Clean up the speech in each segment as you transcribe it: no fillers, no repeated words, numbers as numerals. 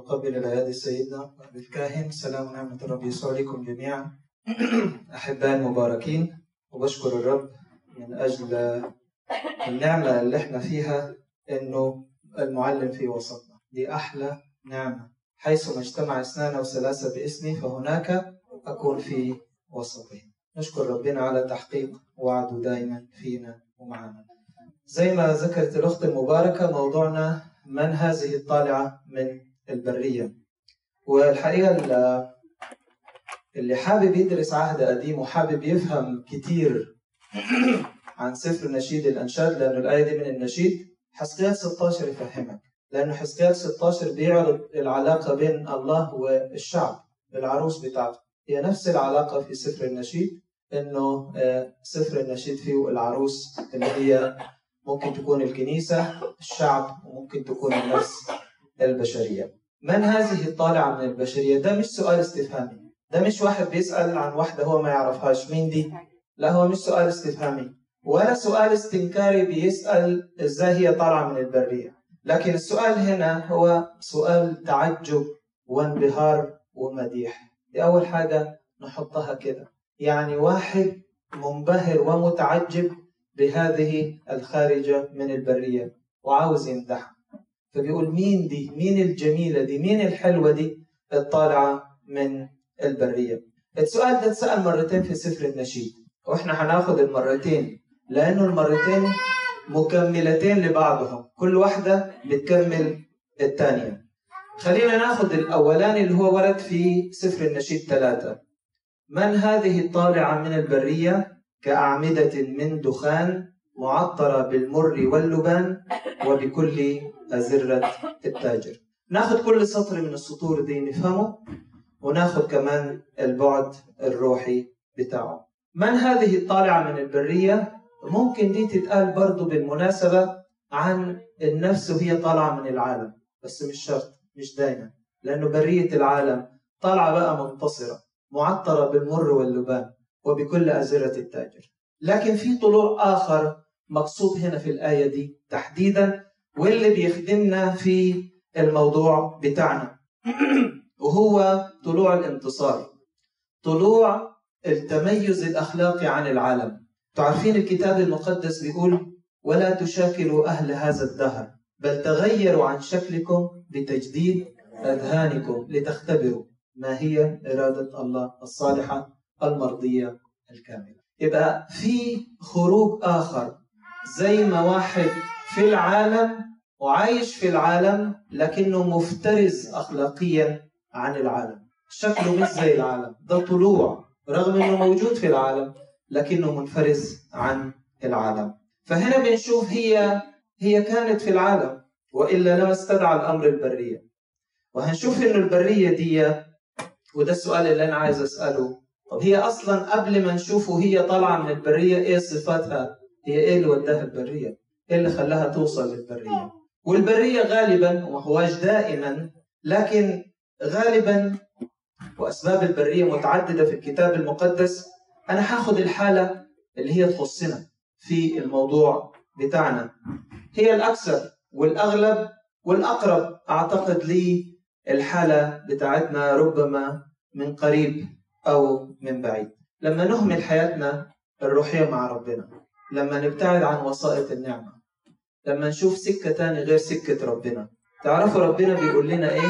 نقبل الأيادي سيدنا بالكاهن. سلام ونعمة الرب يسوع لكم جميعا أحباء المباركين، وبشكر الرب من أجل النعمة اللي احنا فيها إنه المعلم في وسطنا. دي أحلى نعمة، حيث ما اجتمع اثنان أو ثلاثة باسمي فهناك أكون في وسطهم. نشكر ربنا على تحقيق وعده دائما فينا ومعنا. زي ما ذكرت الأخت المباركة، موضوعنا من هذه الطالعة من البرية. والحقيقة اللي حابب يدرس عهد قديم وحابب يفهم كتير عن سفر نشيد الأنشاد، لأنه الآية دي من النشيد، حزقيال 16 يفهمك، لأنه حزقيال 16 بيعرض العلاقة بين الله والشعب، العروس بتاعته. هي نفس العلاقة في سفر النشيد، إنه سفر النشيد فيه العروس اللي هي ممكن تكون الكنيسة، الشعب، وممكن تكون النفس البشرية. من هذه الطالعة من البشرية؟ ده مش سؤال استفهامي، ده مش واحد بيسأل عن واحدة هو ما يعرفهاش مين دي، لا، هو مش سؤال استفهامي ولا سؤال استنكاري بيسأل ازاي هي طالعة من البرية، لكن السؤال هنا هو سؤال تعجب وانبهار ومديح. دي أول حاجة نحطها كده، يعني واحد منبهر ومتعجب بهذه الخارجة من البرية وعاوز يمدحها، فبيقول مين دي؟ مين الجميلة دي؟ مين الحلوة دي الطالعة من البرية؟ السؤال ده اتسأل مرتين في سفر النشيد، واحنا هناخد المرتين لأنه المرتين مكملتين لبعضهم، كل واحدة بتكمل الثانية. خلينا ناخد الأولاني اللي هو ورد في سفر النشيد 3. من هذه الطالعة من البرية؟ كأعمدة من دخان معطرة بالمر واللبان وبكل أزرة التاجر. ناخد كل سطر من السطور دي نفهمه، وناخد كمان البعد الروحي بتاعه. من هذه الطالعة من البرية؟ ممكن دي تتقال برضو بالمناسبة عن النفس وهي طالعة من العالم، بس مش شرط، مش دايما، لأنه برية العالم طالعة بقى منتصرة معطرة بالمر واللبان وبكل أزرة التاجر. لكن في طلوع آخر مقصود هنا في الآية دي تحديدا، واللي بيخدمنا في الموضوع بتاعنا وهو طلوع الانتصار، طلوع التميز الأخلاقي عن العالم. تعرفين الكتاب المقدس بيقول ولا تشاكلوا أهل هذا الدهر بل تغيروا عن شكلكم بتجديد أذهانكم لتختبروا ما هي إرادة الله الصالحة المرضية الكاملة. يبقى في خروج آخر، زي ما واحد في العالم وعايش في العالم لكنه مفترز أخلاقيا عن العالم، شكله مش زي العالم، ده طلوع رغم أنه موجود في العالم لكنه منفرز عن العالم. فهنا بنشوف هي كانت في العالم وإلا لما استدعى الأمر البرية. وهنشوف أنه البرية دي، وده السؤال اللي أنا عايز أسأله، طب هي أصلا قبل ما نشوفه هي طالعة من البرية إيه صفاتها؟ هي إيه اللي وداها البرية؟ إيه اللي خلاها توصل للبرية؟ والبرية غالبا، وما هواش دائما، لكن غالبا، وأسباب البرية متعددة في الكتاب المقدس. أنا هاخد الحالة اللي هي تخصنا في الموضوع بتاعنا، هي الأكثر والأغلب والأقرب أعتقد لي الحالة بتاعتنا، ربما من قريب أو من بعيد. لما نهمل حياتنا الروحية مع ربنا، لما نبتعد عن وسائط النعمة، لما نشوف سكة تاني غير سكة ربنا. تعرفوا ربنا بيقول لنا إيه؟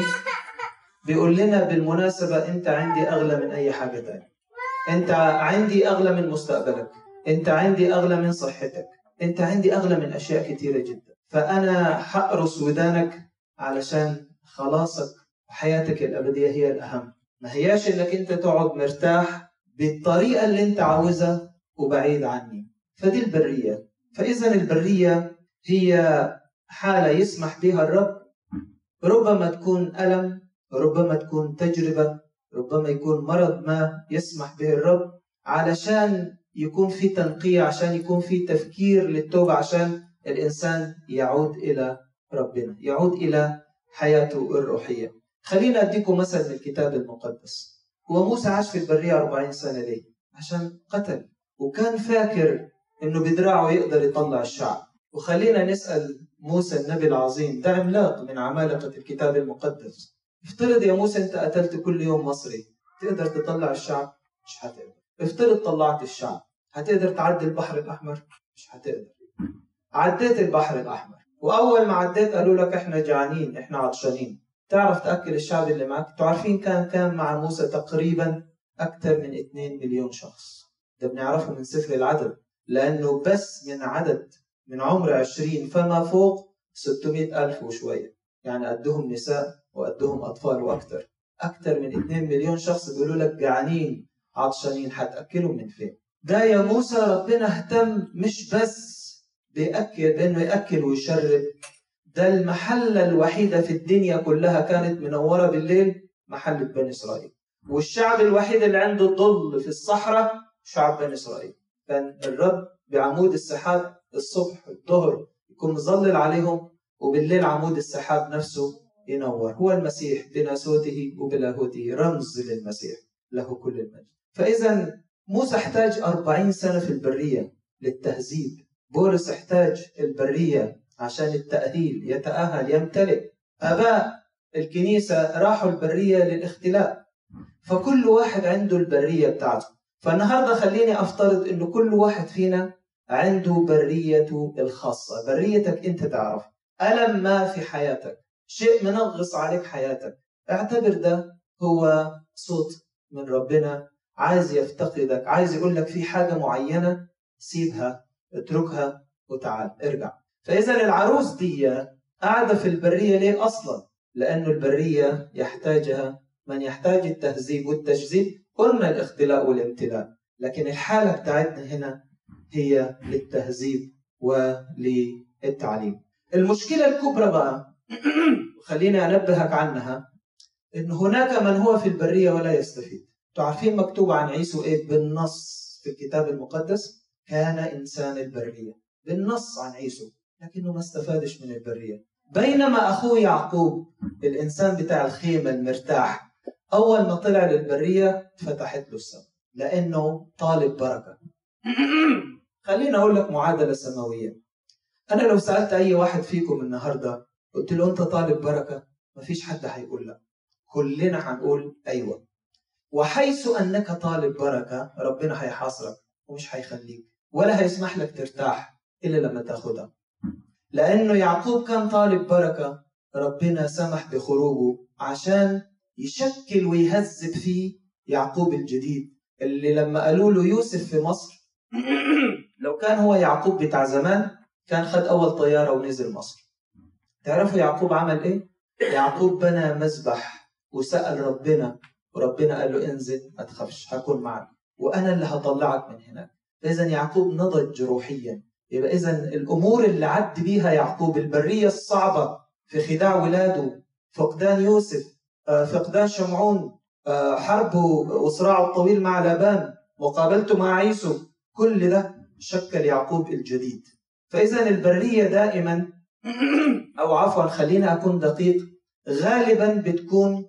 بيقول لنا بالمناسبة أنت عندي أغلى من أي حاجة تانية، أنت عندي أغلى من مستقبلك، أنت عندي أغلى من صحتك، أنت عندي أغلى من أشياء كتيرة جدا. فأنا حأرس ودانك علشان خلاصك وحياتك الأبدية هي الأهم. ما هياش إنك أنت تقعد مرتاح بالطريقة اللي أنت عاوزها وبعيد عني. فدي البرية. فإذا البرية هي حالة يسمح بها الرب، ربما تكون ألم، ربما تكون تجربة، ربما يكون مرض ما يسمح به الرب علشان يكون في تنقية، عشان يكون في تفكير للتوبة، عشان الإنسان يعود إلى ربنا، يعود إلى حياته الروحية. خلينا أديكم مثل من الكتاب المقدس. هو موسى عاش في البرية 40 سنة ليه؟ عشان قتل، وكان فاكر إنه بدراعه يقدر يطلع الشعب. وخلينا نسأل موسى النبي العظيم، ده عملاق من عمالقة الكتاب المقدس، افترض يا موسى أنت قتلت كل يوم مصري، تقدر تطلع الشعب؟ مش هتقدر. افترض طلعت الشعب، هتقدر تعدي البحر الأحمر؟ مش هتقدر. عديت البحر الأحمر، وأول ما عديت قالوا لك إحنا جعانين، إحنا عطشانين، تعرف تأكل الشعب اللي معك؟ تعرفين كان مع موسى تقريبا أكثر من 2 مليون شخص. ده بنعرفه من سفر العدد، لأنه بس من عمر 20 فما فوق 600,000 وشوية، يعني قدهم نساء وقدهم أطفال وأكثر. أكثر من 2 مليون شخص بيقولوا لك جعانين عطشانين، هتأكلهم من فين؟ ده يا موسى ربنا اهتم مش بس بأنه يأكل ويشرب، ده المحلة الوحيدة في الدنيا كلها كانت منورة بالليل، محلة بني إسرائيل. والشعب الوحيد اللي عنده الظل في الصحراء شعب بني إسرائيل. كان الرب بعمود السحاب الصبح الظهر يكون مظلل عليهم، وبالليل عمود السحاب نفسه ينور. هو المسيح بناسوته وبلاهوته رمز للمسيح، له كل المجد. فإذا موسى احتاج 40 سنة في البرية للتهذيب. بولس احتاج البرية عشان التأهيل، يتأهل يمتلئ. آباء الكنيسة راحوا البرية للاختلاء. فكل واحد عنده البرية بتاعته. فالنهاردة خليني أفترض إنه كل واحد فينا عنده بريته الخاصة، بريتك أنت تعرف. ألم ما في حياتك، شيء منغص عليك حياتك، اعتبر ده هو صوت من ربنا عايز يفتقدك، عايز يقول لك في حاجة معينة سيبها، اتركها وتعال ارجع. فإذا العروس دي قاعدة في البرية ليه أصلا؟ لأنه البرية يحتاجها من يحتاج التهذيب والتجذيب. قلنا الاختلاء والامتلاء، لكن الحالة بتاعتنا هنا هي للتهذيب وللتعليم. المشكلة الكبرى بقى خليني أنبهك عنها، إن هناك من هو في البرية ولا يستفيد. تعرفين مكتوب عن عيسو إيه بالنص في الكتاب المقدس؟ كان إنسان البرية، بالنص عن عيسو، لكنه ما استفادش من البرية. بينما أخوه يعقوب الإنسان بتاع الخيمة المرتاح، أول ما طلع للبرية فتحت له السماء، لأنه طالب بركة. خليني أقول لك معادلة سماوية. أنا لو سألت أي واحد فيكم النهاردة قلت له أنت طالب بركة، مفيش حد هيقول لا، كلنا هنقول أيوة. وحيث أنك طالب بركة ربنا هيحاصرك ومش هيخليك ولا هيسمح لك ترتاح إلا لما تاخدها. لأنه يعقوب كان طالب بركة، ربنا سمح بخروجه عشان يشكل ويهذب فيه يعقوب الجديد، اللي لما قالوا له يوسف في مصر لو كان هو يعقوب بتاع زمان كان خد أول طيارة ونزل مصر. تعرفوا يعقوب عمل إيه؟ يعقوب بنى مذبح وسأل ربنا، وربنا قال له انزل ما تخافش هكون معك وأنا اللي هطلعك من هناك. فإذا يعقوب نضج روحيا. يبقى إذا الأمور اللي عد بيها يعقوب، البرية الصعبة في خداع ولاده، فقدان يوسف، فقدان شمعون، حربه وصراعه الطويل مع لابان، مقابلته مع عيسو، كل ده شكل يعقوب الجديد. فإذا البرية دائما أو عفوا خلينا أكون دقيق، غالبا بتكون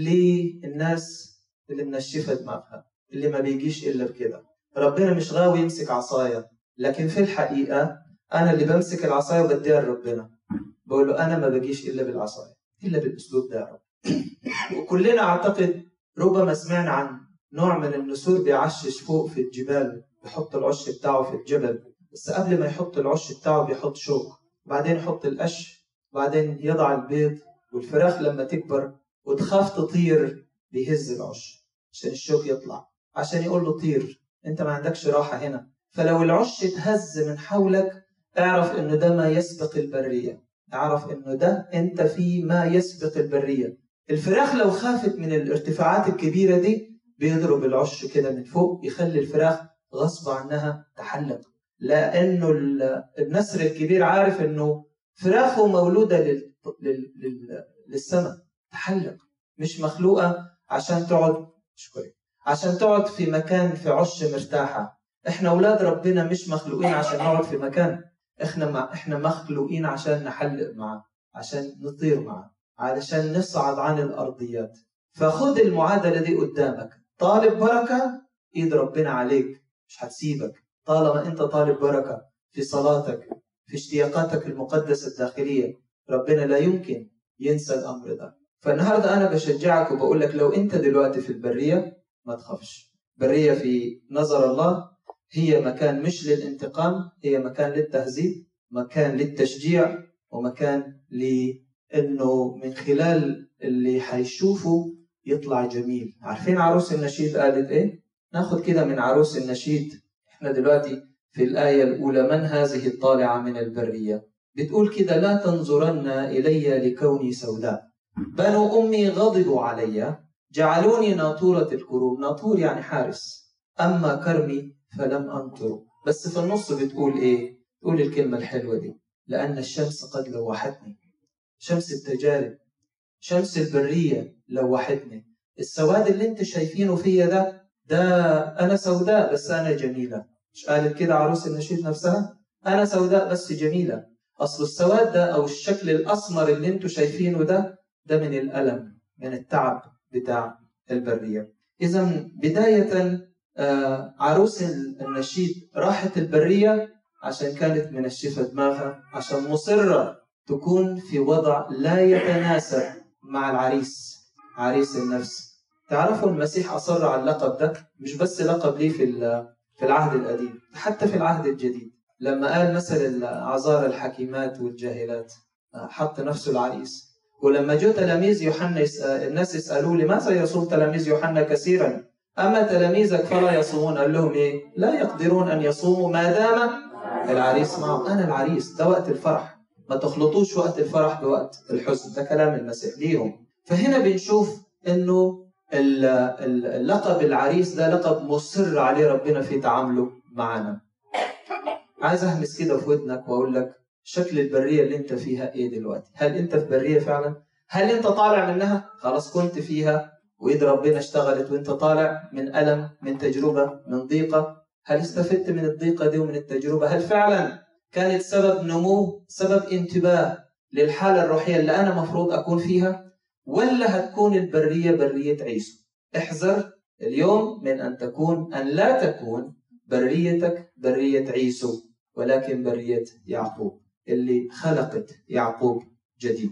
للناس اللي منشفة دماغها، اللي ما بيجيش إلا بكده. ربنا مش غاوي يمسك عصايا، لكن في الحقيقة أنا اللي بمسك العصاية وبديها لربنا، بقول له أنا ما بجيش إلا بالعصاية، إلا بالأسلوب ده يا رب. وكلنا أعتقد ربما سمعنا عن نوع من النسور بيعشش فوق في الجبال، بيحط العش بتاعه في الجبل، بس قبل ما يحط العش بتاعه بيحط شوك، وبعدين يحط القش، وبعدين يضع البيض، والفراخ لما تكبر وتخاف تطير بيهز العش عشان الشوك يطلع، عشان يقول له طير، انت ما عندكش راحة هنا. فلو العش اتهز من حولك اعرف انه ده ما يسبق البرية، اعرف انه ده انت في ما يسبق البرية. الفراخ لو خافت من الارتفاعات الكبيرة دي بيضرب العش كده من فوق، يخلي الفراخ غصب عنها تحلق، لأنه النسر الكبير عارف أنه فراخه مولودة للسماء، تحلق، مش مخلوقة عشان تقعد في مكان في عش مرتاحة. إحنا أولاد ربنا مش مخلوقين عشان نقعد في مكان، إحنا مخلوقين عشان نحلق معه، عشان نطير معه، علشان نصعد عن الأرضيات. فخد المعادلة دي قدامك، طالب بركة إيد ربنا عليك مش هتسيبك طالما أنت طالب بركة في صلاتك، في اشتياقاتك المقدسة الداخلية، ربنا لا يمكن ينسى الأمر ده. فالنهاردة أنا بشجعك وبقول لك لو أنت دلوقتي في البرية ما تخافش. البرية في نظر الله هي مكان مش للانتقام، هي مكان للتهذيب، مكان للتشجيع، ومكان لأنه من خلال اللي حيشوفه يطلع جميل. عارفين عروس النشيد قالت إيه؟ ناخد كده من عروس النشيد. إحنا دلوقتي في الآية الأولى: من هذه الطالعة من البرية؟ بتقول كده: لا تنظرن إلي لكوني سوداء، بنو أمي غضبوا علي، جعلوني ناطورة الكروب. ناطور يعني حارس. أما كرمي فلم أنطر. بس في النص بتقول إيه؟ تقول الكلمة الحلوة دي: لأن الشمس قد لوحتني. شمس التجارب، شمس البرية لوحتني. السواد اللي انت شايفينه فيا ده أنا سوداء بس أنا جميلة. مش قالت كده عروس النشيد نفسها؟ أنا سوداء بس جميلة. أصل السواد ده أو الشكل الأسمر اللي انتوا شايفينه ده من الألم، من التعب بتاع البرية. إذا بداية عروس النشيد راحت البرية عشان كانت منشفة دماغها، عشان مصرة تكون في وضع لا يتناسب مع العريس، عريس النفس. تعرفوا المسيح أصر على اللقب ده، مش بس لقب ليه في العهد القديم، حتى في العهد الجديد. لما قال مثل العذارى الحكيمات والجاهلات حط نفسه العريس. ولما جو تلاميذ يوحنا الناس يسألوه: لماذا يصوم تلاميذ يوحنا كثيرا أما تلاميذك فلا يصومون؟ قال لهم إيه؟ لا يقدرون أن يصوموا ما دام العريس معهم. أنا العريس، ده وقت الفرح، ما تخلطوش وقت الفرح بوقت الحزن. ده كلام المسيح ليهم. فهنا بنشوف إنه اللقب العريس ده لقب مصر عليه ربنا في تعامله معنا. عايز أهمس كده في ودنك وأقول لك: شكل البرية اللي أنت فيها إيه دلوقتي؟ هل أنت في برية فعلا؟ هل أنت طالع منها؟ خلاص كنت فيها وإيد ربنا اشتغلت وأنت طالع من ألم، من تجربة، من ضيقة. هل استفدت من الضيقة دي ومن التجربة؟ هل فعلا كانت سبب نمو، سبب انتباه للحالة الروحية اللي أنا مفروض أكون فيها؟ ولا هتكون البرية برية عيسو؟ احذر اليوم من أن لا تكون بريتك برية عيسو، ولكن برية يعقوب اللي خلقت يعقوب جديد.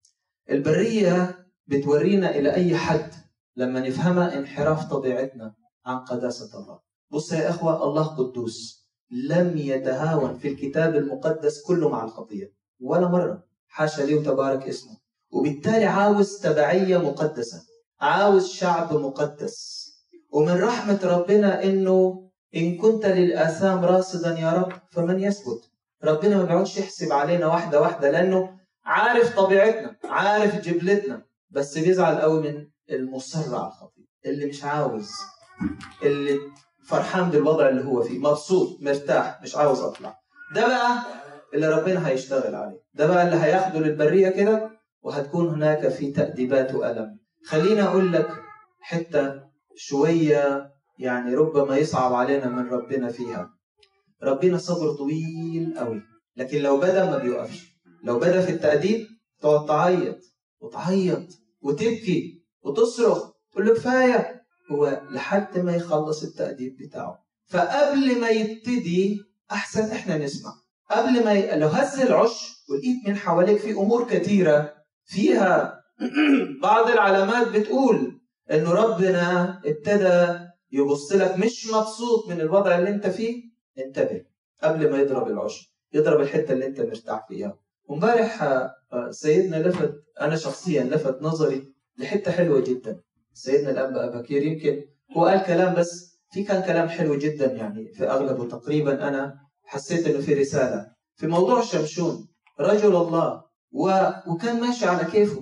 البرية بتورينا إلى أي حد لما نفهمها انحراف طبيعتنا عن قداسة الله. بص يا إخوة، الله قدوس، لم يتهاون في الكتاب المقدس كله مع الخطية ولا مرة، حاشا ليه وتبارك اسمه. وبالتالي عاوز تبعية مقدسة، عاوز شعب مقدس. ومن رحمة ربنا إنه إن كنت للآثام راصدا يا رب فمن يثبت. ربنا ما بيقعدش يحسب علينا واحدة واحدة، لأنه عارف طبيعتنا، عارف جبلتنا، بس بيزعل قوي من المصر على الخطيئة، اللي مش عاوز، اللي فرحان بالوضع اللي هو فيه، مبسوط مرتاح مش عاوز أطلع. ده بقى اللي ربنا هيشتغل عليه، ده بقى اللي هياخده للبرية كده، وهتكون هناك في تأديبات وألم. خلينا أقول لك حتى شوية يعني ربما يصعب علينا من ربنا فيها. ربنا صبر طويل قوي، لكن لو بدأ ما بيوقفش. لو بدأ في التأديب تقعد تعيط وتعيط وتبكي وتصرخ تقول له كفاية، هو لحد ما يخلص التأديب بتاعه. فقبل ما يبتدي أحسن إحنا نسمع. قبل ما لو هز العش ولقيت من حواليك في أمور كثيرة فيها بعض العلامات بتقول إنه ربنا ابتدى يبص لك مش مبسوط من الوضع اللي انت فيه، انتبه قبل ما يضرب العش، يضرب الحتة اللي انت مرتاح فيها. وامبارح سيدنا أنا شخصيا لفت نظري لحتة حلوة جدا. سيدنا الأنبا أباكير يمكن هو قال كلام، بس في كان كلام حلو جدا يعني في أغلبه تقريبا أنا حسيت إنه في رسالة في موضوع شمشون رجل الله، وكان ماشي على كيفه،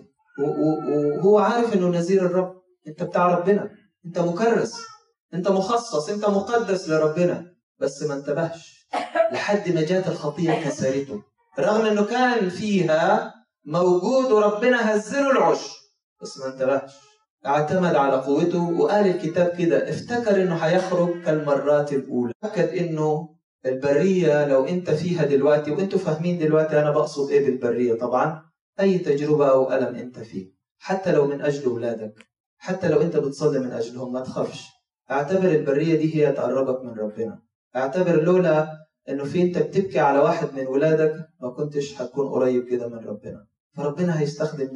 وهو عارف إنه نذير الرب. أنت بتاع ربنا، أنت مكرس، أنت مخصص، أنت مقدس لربنا، بس ما انتبهش لحد ما جات الخطية كسرته، رغم أنه كان فيها موجود وربنا هزله العش، بس ما انتبهش. اعتمد على قوته، وقال الكتاب كده افتكر أنه هيخرج كالمرات الأولى. أكد أنه البرية لو أنت فيها دلوقتي، وأنتوا فاهمين دلوقتي أنا بقصد إيه بالبرية طبعا، أي تجربة أو ألم أنت فيه، حتى لو من أجل أولادك، حتى لو أنت بتصلي من أجلهم، ما تخافش. اعتبر البرية دي هي تقربك من ربنا. اعتبر لولا أنه في أنت بتبكي على واحد من ولادك ما كنتش هتكون قريب كده من ربنا. فربنا هيستخدم ده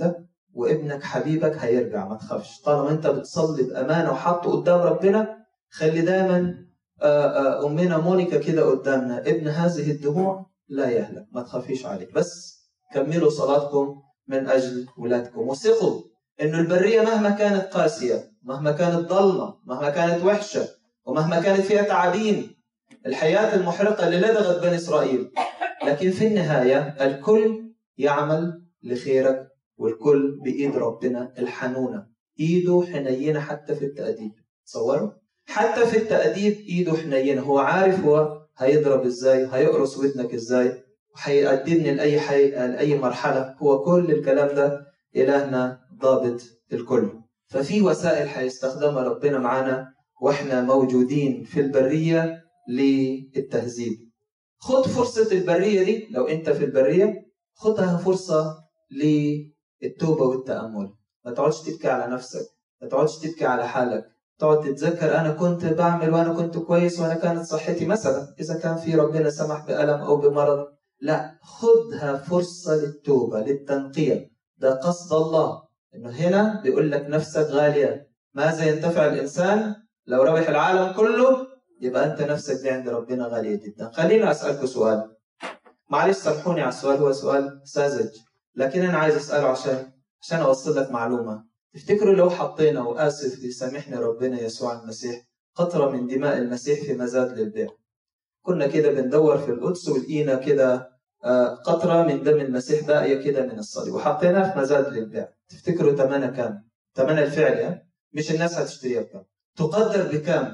وابنك حبيبك هيرجع، ما تخافش. طالما انت بتصلي بأمانة وحطه قدام ربنا، خلي دايما أمنا مونيكا كده قدامنا: ابن هذه الدموع لا يهلك، ما تخافيش عليه، بس كملوا صلاتكم من أجل ولادكم، وثقوا إنه البرية مهما كانت قاسية، مهما كانت ضلمة، مهما كانت وحشة، ومهما كانت فيها تعابين، الحياة المحرقة اللي لدغت بني إسرائيل، لكن في النهاية الكل يعمل لخيرك، والكل بإيد ربنا الحنونة. إيده حنينة حتى في التأديب. تصوروا؟ حتى في التأديب إيده حنينة. هو عارف هو هيضرب إزاي، هيقرص ودنك إزاي، وهيقدمني لأي مرحلة. هو كل الكلام ده إلهنا ضابط الكل. ففي وسائل هيستخدمها ربنا معانا وإحنا موجودين في البرية للتهذيب. خد فرصة البرية دي، لو أنت في البرية خدها فرصة للتوبة والتأمل. ما تقعدش تبكي على نفسك، ما تقعدش تبكي على حالك، تقعد تتذكر أنا كنت بعمل وأنا كنت كويس وأنا كانت صحتي مثلا، إذا كان في ربنا سمح بألم أو بمرض. لا، خدها فرصة للتوبة للتنقية. ده قصد الله، إنه هنا بيقول لك نفسك غالية. ماذا ينتفع الإنسان لو ربح العالم كله؟ يبقى أنت نفسك دي عند ربنا غالية جدا. خليني أسألكم سؤال، معلش سامحوني على السؤال، هو سؤال ساذج، لكن أنا عايز أسأله عشان أوصل لك معلومة. تفتكروا لو حطينا، وآسف يسامحني ربنا يسوع المسيح، قطرة من دماء المسيح في مزاد للبيع، كنا كده بندور في القدس ولقينا كده قطرة من دم المسيح باقية كده من الصليب وحطيناها في مزاد للبيع، تفتكروا ثمنها كام؟ ثمنها الفعلي، مش الناس هتشتريها بكام؟ تقدر بكام؟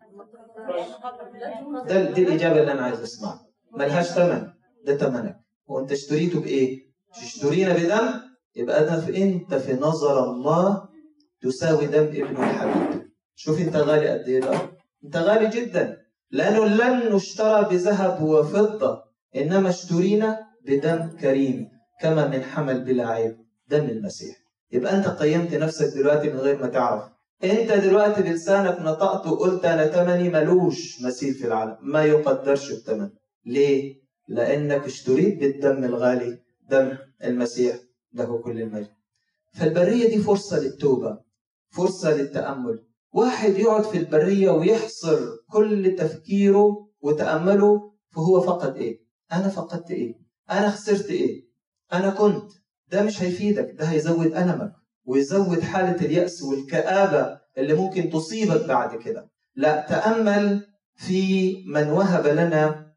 دي الإجابة اللي أنا عايز أسمعها. ملهاش ثمن، ده ثمنك. وأنت اشتريته بإيه؟ تشترينا بدم، يبقى أنت في نظر الله تساوي دم ابنه الحبيب. شوف أنت غالي قد إيه بقى؟ أنت غالي جدا، لأنه لن نشترى بذهب وفضة، إنما اشترينا بدم كريم كما من حمل بلا عيب، دم المسيح. يبقى أنت قيمت نفسك دلوقتي من غير ما تعرف. أنت دلوقتي بلسانك نطقت وقلت أنا تمني ملوش مثيل في العالم، ما يقدرش بتمن. ليه؟ لأنك اشتريت بالدم الغالي، دم المسيح له كل المجد. فالبرية دي فرصة للتوبة، فرصة للتأمل. واحد يقعد في البرية ويحصر كل تفكيره وتأمله فهو فقد إيه؟ أنا فقدت إيه؟ أنا خسرت إيه؟ أنا كنت. ده مش هيفيدك، ده هيزود ألمك ويزود حالة اليأس والكآبة اللي ممكن تصيبك بعد كده. لا، تأمل في من وهب لنا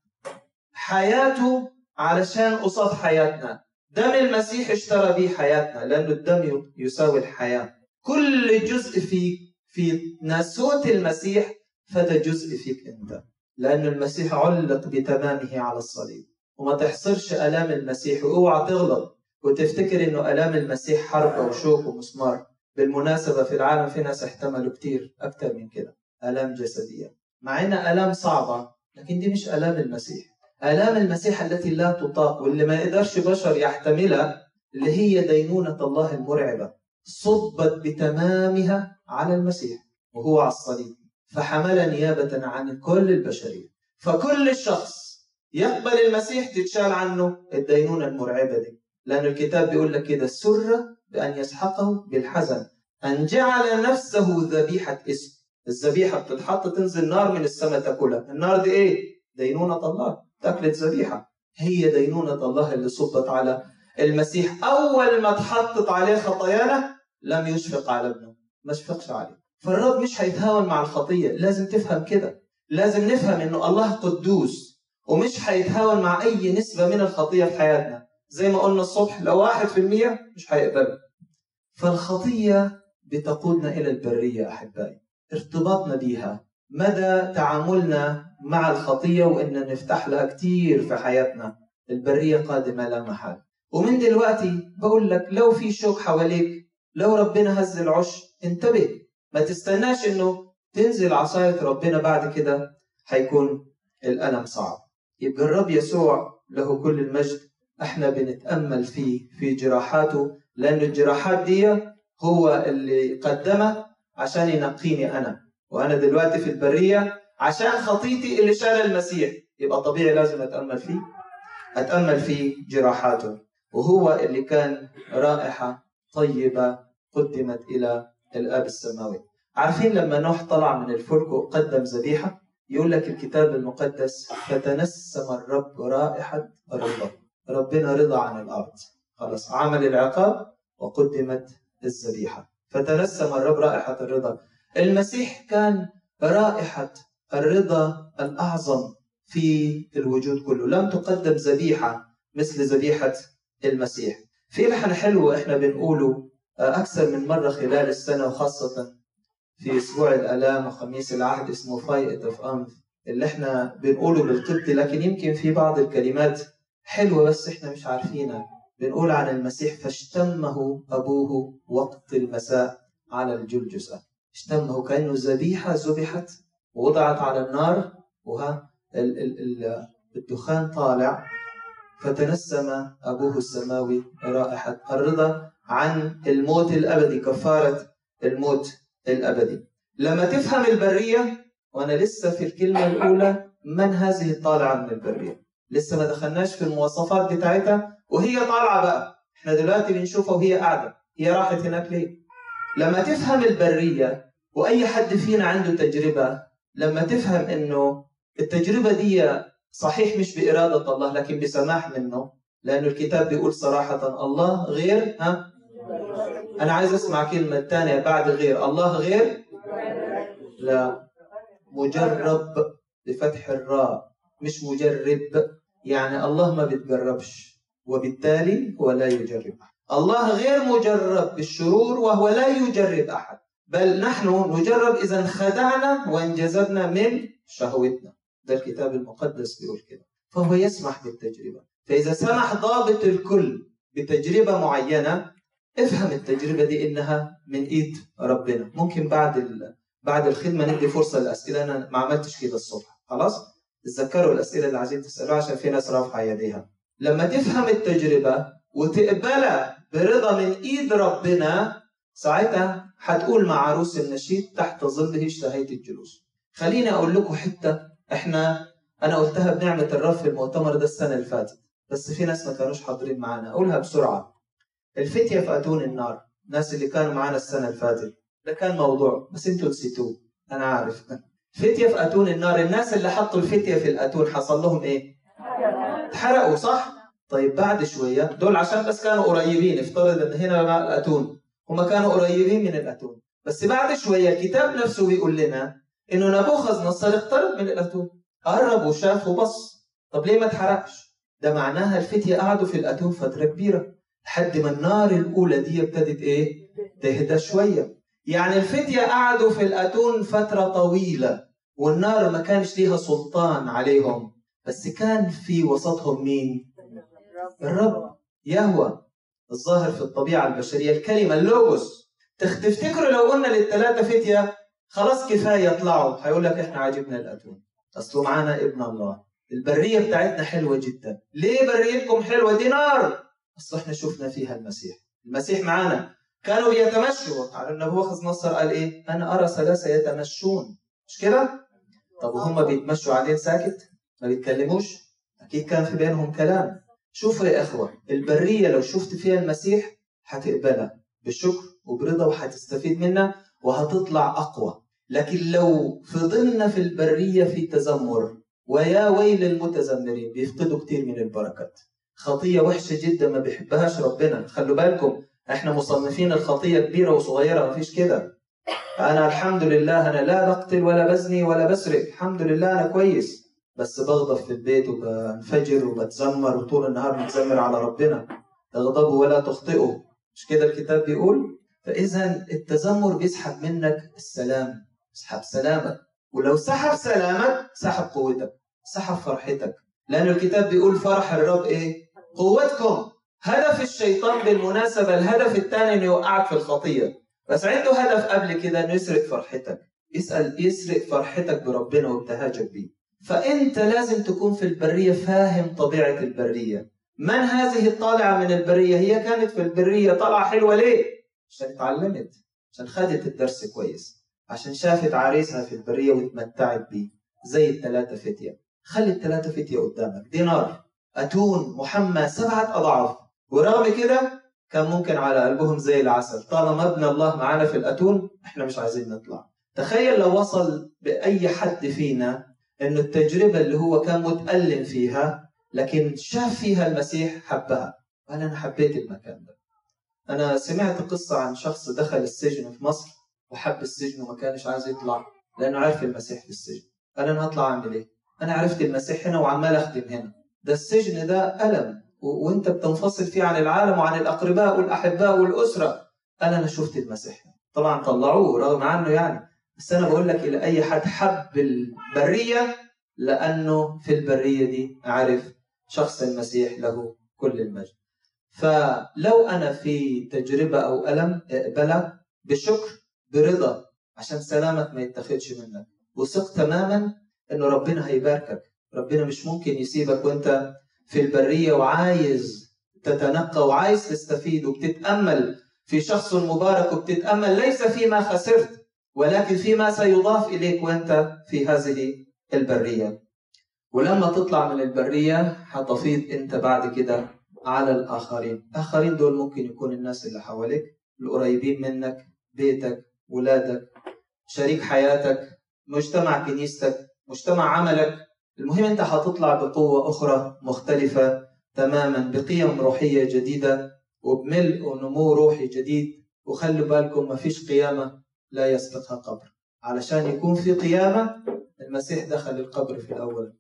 حياته علشان قصاد حياتنا. دم المسيح اشترى بيه حياتنا، لأنه الدم يساوي الحياة. كل جزء في ناسوت المسيح فده جزء فيك أنت، لأن المسيح علق بتمامه على الصليب. وما تحصرش آلام المسيح، واوعى تغلط وتفتكر إنه آلام المسيح حرب وشوك ومسمار. بالمناسبة في العالم في ناس احتملوا كتير أكتر من كده، آلام جسدية، مع إنها آلام صعبة، لكن دي مش آلام المسيح. آلام المسيح التي لا تطاق واللي ما يقدرش بشر يحتملها، اللي هي دينونة الله المرعبة، صبت بتمامها على المسيح وهو على الصليب، فحمل نيابة عن كل البشرية. فكل شخص يقبل المسيح تتشال عنه الدينونة المرعبة دي، لأن الكتاب بيقول لك كده: سر بأن يسحقه بالحزن أن جعل نفسه ذبيحة اسم. الذبيحة بتتحط تنزل نار من السماء تاكلها. النار دي إيه؟ دينونة الله. تاكلت ذبيحة، هي دينونة الله اللي صبت على المسيح. أول ما تحطت عليه خطايانا لم يشفق على ابنه، ما شفقش عليه. فالرب مش هيتهاون مع الخطية، لازم تفهم كده. لازم نفهم إنه الله قدوس ومش هيتهاون مع أي نسبة من الخطية في حياتنا. زي ما قلنا الصبح، لو 1% مش هيقبله. فالخطية بتقودنا إلى البرية أحبائي. ارتباطنا بيها، مدى تعاملنا مع الخطية، وإن نفتح لها كتير في حياتنا. البرية قادمة لا محال. ومن دلوقتي بقول لك، لو في شوك حواليك، لو ربنا هز العش، انتبه، ما تستناش إنه تنزل عصاية ربنا بعد كده، هيكون الألم صعب. يبقى الرب يسوع له كل المجد احنا بنتأمل في جراحاته، لأن الجراحات دي هو اللي قدمها عشان ينقيني أنا. وأنا دلوقتي في البرية عشان خطيتي اللي شال المسيح، يبقى طبيعي لازم أتأمل في جراحاته. وهو اللي كان رائحة طيبة قدمت إلى الآب السماوي. عارفين لما نوح طلع من الفلك وقدم ذبيحة، يقول لك الكتاب المقدس فتنسم الرب رائحة الرضا. ربنا رضى عن الأرض، خلاص عمل العقاب وقدمت الذبيحة، فتنسم الرب رائحة الرضا. المسيح كان رائحة الرضا الأعظم في الوجود كله. لم تقدم ذبيحة مثل ذبيحة المسيح. في لحن حلو احنا بنقوله أكثر من مرة خلال السنة، وخاصة في أسبوع الآلام وخميس العهد، اسمه فايقة اوف أنف، اللي احنا بنقوله بالقبطي، لكن يمكن في بعض الكلمات حلوة بس احنا مش عارفينها. بنقول عن المسيح فاشتمه أبوه وقت المساء على الجلجسة. اشتمه كأنه ذبيحة ذبحت ووضعت على النار، وها الدخان طالع، فتنسم أبوه السماوي رائحة الرضا عن الموت الأبدي، كفارة الموت الأبدي. لما تفهم البرية، وأنا لسه في الكلمة الأولى، من هذه الطالعة من البرية؟ لسه ما دخلناش في المواصفات بتاعتها، وهي طالعة بقى. احنا دلوقتي بنشوفها وهي قاعدة، هي راحت هناك ليه؟ لما تفهم البرية، وأي حد فينا عنده تجربة، لما تفهم إنه التجربة دي صحيح مش بإرادة الله لكن بسماح منه، لأنه الكتاب بيقول صراحة الله غير أنا عايز أسمع كلمة تانية بعد غير. الله غير لا مجرب بفتح الراء، مش مجرب. يعني الله ما بيتجربش، وبالتالي هو لا يجرب. الله غير مجرب بالشرور وهو لا يجرب أحد، بل نحن نجرب إذا انخدعنا وانجذبنا من شهوتنا. ده الكتاب المقدس بيقول كده. فهو يسمح بالتجربة. فإذا سمح ضابط الكل بتجربة معينة، افهم التجربة دي إنها من إيد ربنا. ممكن بعد الخدمة ندي فرصة للأسئلة. أنا ما عملتش كده الصبح، خلاص تذكروا الأسئلة اللي عايزين تسألوها عشان في ناس رافعة يديها. لما تفهم التجربة وتقبلها برضا من إيد ربنا، ساعتها هتقول مع عروس النشيد تحت ظله اشتهيت الجلوس. خليني أقول لكم حتة أنا قلتها بنعمة الرب في المؤتمر ده السنة اللي فاتت، بس في ناس ما كانوش حاضرين معانا. أقولها بسرعة. الفتية في أتون النار، الناس اللي كانوا معانا السنة اللي فاتت، ده كان موضوع بس انتوا نسيتوه، أنا عارف. فتية في أتون النار، الناس اللي حطوا الفتية في الأتون حصل لهم إيه؟ اتحرقوا، صح؟ طيب بعد شوية دول عشان بس كانوا قريبين، افترض ان هنا مع الأتون، هم كانوا قريبين من الأتون، بس بعد شوية الكتاب نفسه بيقول لنا انه نبوخذ نصر اقترب من الأتون، قرب وشاف وبص. طب ليه ما اتحرقش؟ ده معناها الفتية قعدوا في الأتون فترة كبيرة لحد ما النار الأولى دي ابتدت ايه؟ تهدى شوية. يعني الفتية قعدوا في الأتون فترة طويلة والنار ما كانش ليها سلطان عليهم، بس كان في وسطهم مين؟ الرب يهوه الظاهر في الطبيعة البشرية، الكلمة اللوغوس. تفتكروا لو قلنا للثلاثة فتية خلاص كفاية يطلعوا، هيقول لك احنا عاجبنا الأتون، أصله معانا ابن الله. البرية بتاعتنا حلوة جدا. ليه بريتكم حلوة؟ دي نار، أصل احنا شفنا فيها المسيح. المسيح معانا. كانوا بيتمشوا على نبوخذ نصر قال ايه؟ أنا أرى ثلاثة يتمشون، مش كده؟ طب وهم بيتمشوا عليه ساكت؟ ما بيتكلموش؟ أكيد كان في بينهم كلام. شوفوا يا إخوة، البرية لو شفت فيها المسيح هتقبلها بشكر وبرضا وهتستفيد منها وهتطلع أقوى. لكن لو فضلنا في البرية في تذمر، ويا ويل المتذمرين، بيفقدوا كتير من البركات. خطية وحشة جدا ما بيحبهاش ربنا. خلوا بالكم احنا مصنفين الخطية كبيرة وصغيرة، ما فيش كده. أنا الحمد لله أنا لا بقتل ولا بزني ولا بسرق، الحمد لله أنا كويس، بس بغضب في البيت وبنفجر وبتذمر وطول النهار متذمر على ربنا. اغضبوا ولا تخطئوا، مش كده الكتاب بيقول؟ فإذا التذمر بيسحب منك السلام، يسحب سلامك، ولو سحب سلامك سحب قوتك، سحب فرحتك، لأن الكتاب بيقول فرح الرب إيه؟ قوتكم. هدف الشيطان بالمناسبة الهدف الثاني إنه يوقعك في الخطية، بس عنده هدف قبل كده إنه يسرق فرحتك. يسرق فرحتك بربنا وابتهاجك بيه. فأنت لازم تكون في البرية فاهم طبيعة البرية. من هذه الطالعة من البرية؟ هي كانت في البرية طالعة حلوة ليه؟ عشان اتعلمت، عشان خدت الدرس كويس، عشان شافت عريسها في البرية واتمتعت بيه. زي الثلاثة فتية. خلي الثلاثة فتية قدامك، دي نار، أتون محمى 7 أضعاف، ورغم كده كان ممكن على قلبهم زي العسل، طالما ابن الله معانا في الأتون احنا مش عايزين نطلع. تخيل لو وصل بأي حد فينا انه التجربة اللي هو كان متألم فيها لكن شاف فيها المسيح حبها، قال أنا حبيت المكان ده. أنا سمعت قصة عن شخص دخل السجن في مصر وحب السجن وما كانش عايز يطلع لأنه عرف المسيح في السجن. قال أنا هطلع أعمل إيه؟ أنا عرفت المسيح هنا وعمال أخدم هنا، ده السجن ده ألم وأنت بتنفصل فيه عن العالم وعن الأقرباء والأحباء والأسرة. قال أنا شفت المسيح. طبعا طلعوه رغم عنه يعني، بس أنا بقول لك إلى أي حد حب البرية لأنه في البرية دي عرف شخص المسيح له كل المجد. فلو أنا في تجربة أو ألم اقبلها بشكر برضا عشان سلامك ما يتخذش منك، وثق تماما إنه ربنا هيباركك. ربنا مش ممكن يسيبك وأنت في البرية وعايز تتنقى وعايز تستفيد وبتتأمل في شخص مبارك وبتتأمل ليس فيما خسرت ولكن فيما سيضاف إليك وأنت في هذه البرية. ولما تطلع من البرية هتفيض أنت بعد كده على الآخرين. الآخرين دول ممكن يكون الناس اللي حواليك، القريبين منك، بيتك، ولادك، شريك حياتك، مجتمع كنيستك، مجتمع عملك. المهم أنت هتطلع بقوة أخرى مختلفة تماما، بقيم روحية جديدة وبملء ونمو روحي جديد. وخلوا بالكم ما فيش قيامة لا يسبقها قبر. علشان يكون في قيامة المسيح دخل القبر في الأول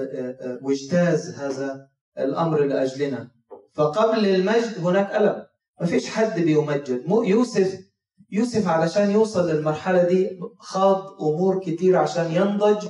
واجتاز هذا الأمر لأجلنا. فقبل المجد هناك ألم، ما فيش حد بيمجد. يوسف علشان يوصل للمرحلة دي خاض أمور كتير عشان ينضج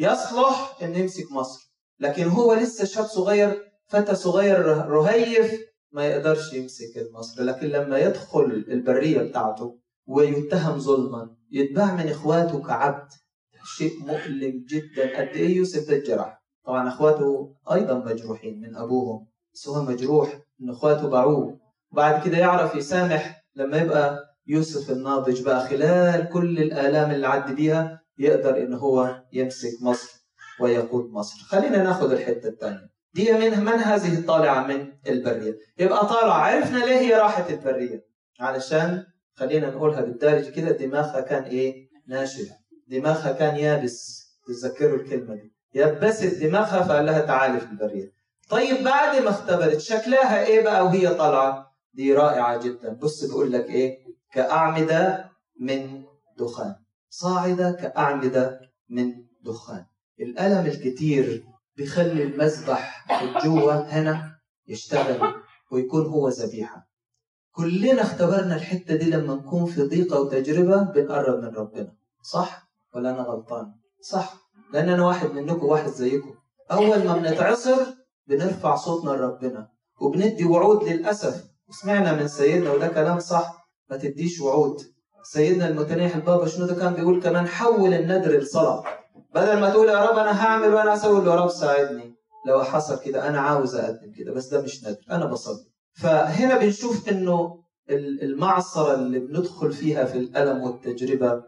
يصلح أن يمسك مصر، لكن هو لسه شاب صغير، فتى صغير رهيف ما يقدرش يمسك مصر. لكن لما يدخل البرية بتاعته ويتهم ظلما، يتباع من إخواته كعبد، شيء مؤلم جدا. قد إيه يوسف ده الجرح. طبعا أخواته أيضا مجروحين من أبوهم، بس هو مجروح إن أخواته باعوه. وبعد كده يعرف يسامح لما يبقى يوسف الناضج بقى خلال كل الآلام اللي عدى بيها يقدر إن هو يمسك مصر ويقود مصر. خلينا ناخد الحتة الثانية دي من هذه الطالعة من البرية. يبقى طالعة، عرفنا ليه هي راحت البرية، علشان خلينا نقولها بالدارج كده دماغها كان إيه؟ ناشف، دماغها كان يابس. تذكروا الكلمة دي، يبست دماغها فقال لها تعالي في البرية. طيب بعد ما اختبرت شكلها إيه بقى وهي طالعة؟ دي رائعة جدا. بص بيقول لك إيه؟ كأعمدة من دخان، صاعدة كأعمدة من دخان. الألم الكتير بيخلي المذبح الجوة هنا يشتغل ويكون هو ذبيحة. كلنا اختبرنا الحتة دي لما نكون في ضيقة وتجربة بنقرب من ربنا، صح؟ ولا أنا غلطان؟ صح، لأن أنا واحد منكم واحد زيكم. أول ما بنتعصر بنرفع صوتنا لربنا وبندي وعود. للأسف سمعنا من سيدنا وده كلام صح، ما تديش وعود. سيدنا المتنيح البابا شنودة كان بيقول كمان حول الندر لصلاة. بدل ما تقول يا رب أنا هعمل وأنا أسوي، يا رب ساعدني لو حصل كده، أنا عاوز أقدم كده، بس ده مش ندر، أنا بصلي. فهنا بنشوف إنه المعصرة اللي بندخل فيها في الألم والتجربة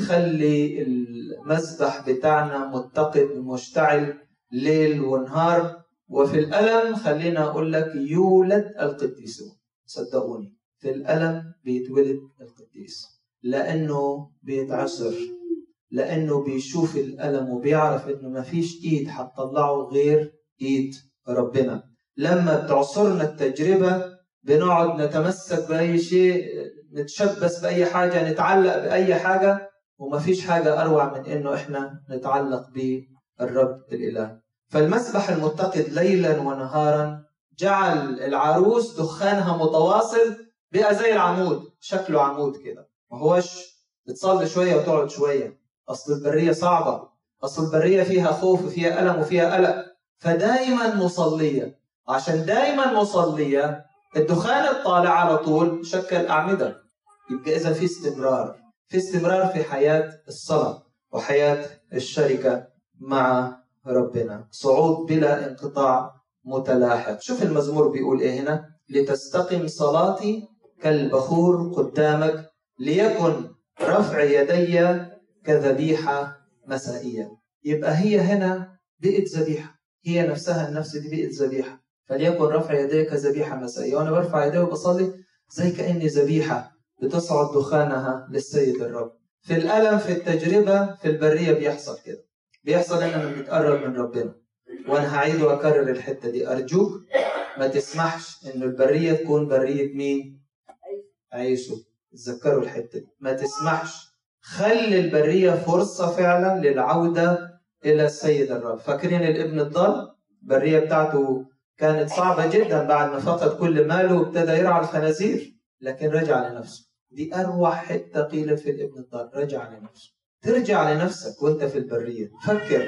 بتخلي المذبح بتاعنا متقد مشتعل ليل ونهار. وفي الألم خلينا أقول لك يولد القديسون. صدقوني في الألم بيتولد القديس، لأنه بيتعصر، لأنه بيشوف الألم وبيعرف إنه ما فيش إيد هتطلعه غير إيد ربنا. لما بتعصرنا التجربة بنقعد نتمسك بأي شيء، نتشبث بأي حاجة، نتعلق بأي حاجة، وما فيش حاجة أروع من إنه إحنا نتعلق بالرب الإله. فالمسبح المتقد ليلا ونهارا جعل العروس دخانها متواصل، بقى زي العمود، شكله عمود كده، ما هوش بتصلي شوية وتقعد شوية. أصل البرية صعبة، أصل البرية فيها خوف وفيها ألم وفيها قلق، فدايما مصلية. عشان دايما مصلية الدخان الطالع على طول شكل أعمدة. يبقى إذا في استمرار في حياة الصلاة وحياة الشركة مع ربنا، صعود بلا انقطاع متلاحق. شوف المزمور بيقول إيه هنا: لتستقم صلاتي كالبخور قدامك، ليكن رفع يدي كذبيحة مسائية. يبقى هي هنا بقت ذبيحة، هي نفسها النفس دي بقت ذبيحة. فليكن رفع يدي كذبيحة مسائية. وأنا برفع يدي وبصلي زي كأني ذبيحة بتصعد دخانها للسيد الرب. في الألم، في التجربة، في البرية بيحصل كده، بيحصل إننا بنتقرب من ربنا. وأنا هعيد وأكرر الحتة دي، أرجوك ما تسمحش إنه البرية تكون برية مين؟ عيسو. تذكروا الحتة دي، ما تسمحش. خلي البرية فرصة فعلا للعودة إلى السيد الرب. فاكرين الابن الضال؟ البرية بتاعته كانت صعبة جدا بعد ما فقد كل ماله وابتدى يرعى الخنازير، لكن رجع لنفسه. دي أروع حتة قيلت في الابن الضال، رجع لنفسه. ترجع لنفسك وانت في البرية، فكر.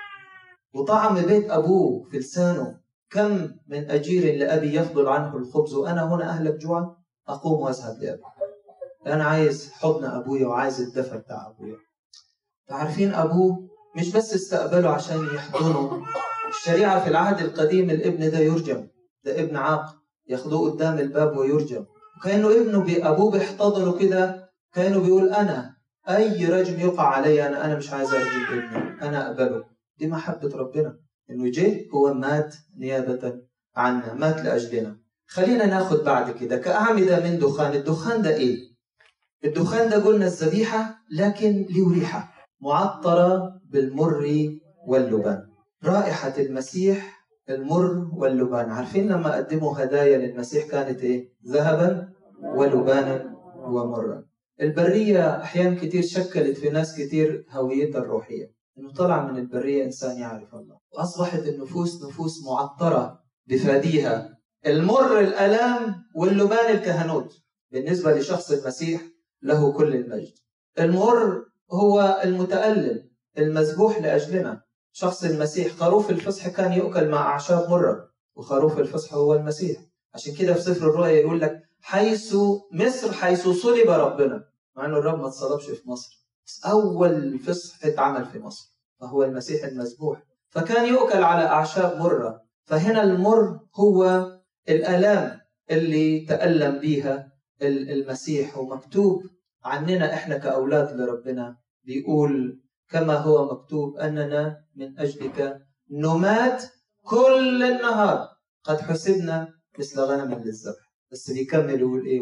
وطعم بيت أبوه في لسانه، كم من أجير لأبي يفضل عنه الخبز وأنا هنا أهلك جوعا، أقوم وأذهب لأبي. أنا عايز حضن أبويا وعايز الدفء بتاع أبويا. تعرفين أبوه مش بس استقبله عشان يحضنه. الشريعة في العهد القديم الابن ده يرجم، ده ابن عاق، ياخدوه قدام الباب ويرجم. وكأنه ابنه أبوه بيحتضنه كده، كأنه بيقول أنا أي رجم يقع علي أنا مش عايز أرجم ابني، أنا أقبله. دي محبة ربنا، إنه جه هو مات نيابة عنا، مات لأجلنا. خلينا ناخد بعد كده كأعمدة من دخان. الدخان ده إيه؟ الدخان ده قلنا الذبيحة، لكن له ريحة معطرة بالمر واللبان. رائحة المسيح المر واللبان. عارفين لما قدموا هدايا للمسيح كانت إيه؟ ذهبا ولبانا ومرا. البرية أحيان كتير شكلت في ناس كتير هويتها الروحية، إنه طلع من البرية إنسان يعرف الله، وأصبحت النفوس نفوس معطرة بفاديها. المر الألام واللبان الكهنوت. بالنسبة لشخص المسيح له كل المجد. المر هو المتألم المذبوح لأجلنا. شخص المسيح، خروف الفصح كان يؤكل مع أعشاب مرة، وخروف الفصح هو المسيح. عشان كده في سفر الرؤيا يقول لك حيث مصر حيث صلب ربنا، مع أنه الرب ما تصلبش في مصر، بس أول فصح اتعمل في مصر، فهو المسيح المذبوح، فكان يؤكل على أعشاب مرة. فهنا المر هو الآلام اللي تألم بيها المسيح. ومكتوب عننا إحنا كأولاد لربنا، بيقول كما هو مكتوب أننا من أجلك نمات كل النهار، قد حسبنا مثل غنم للذبح. بس بيكمل يقول إيه؟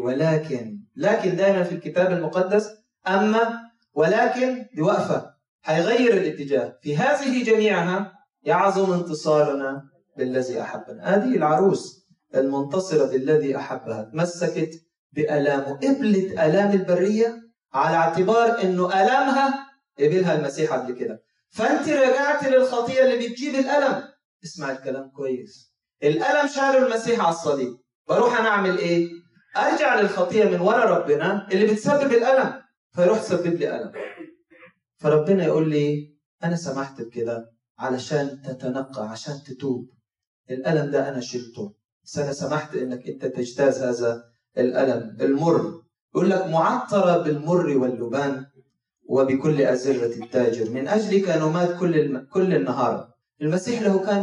لكن دائما في الكتاب المقدس أما ولكن بوقفة، هيغير الاتجاه. في هذه جميعها يعظم انتصارنا بالذي أحبنا. هذه العروس المنتصرة بالذي أحبها تمسكت بألامه، قبلت ألام البرية على اعتبار أنه ألامها قبلها المسيح قبل كده. فأنت رجعت للخطيئة اللي بتجيب الألم. اسمع الكلام كويس. الألم شاله المسيح على الصليب، بروح أنا أعمل إيه؟ أرجع للخطيئة من وراء ربنا اللي بتسبب الألم، فيروح سبب لي ألم. فربنا يقول لي أنا سمحت بكده علشان تتنقى، عشان تتوب. الألم ده أنا شلته، بس أنا سمحت إنك أنت تجتاز هذا الألم المر. يقول لك معطرة بالمر واللبان وبكل أزرة التاجر، من أجلك نمات كل النهار. المسيح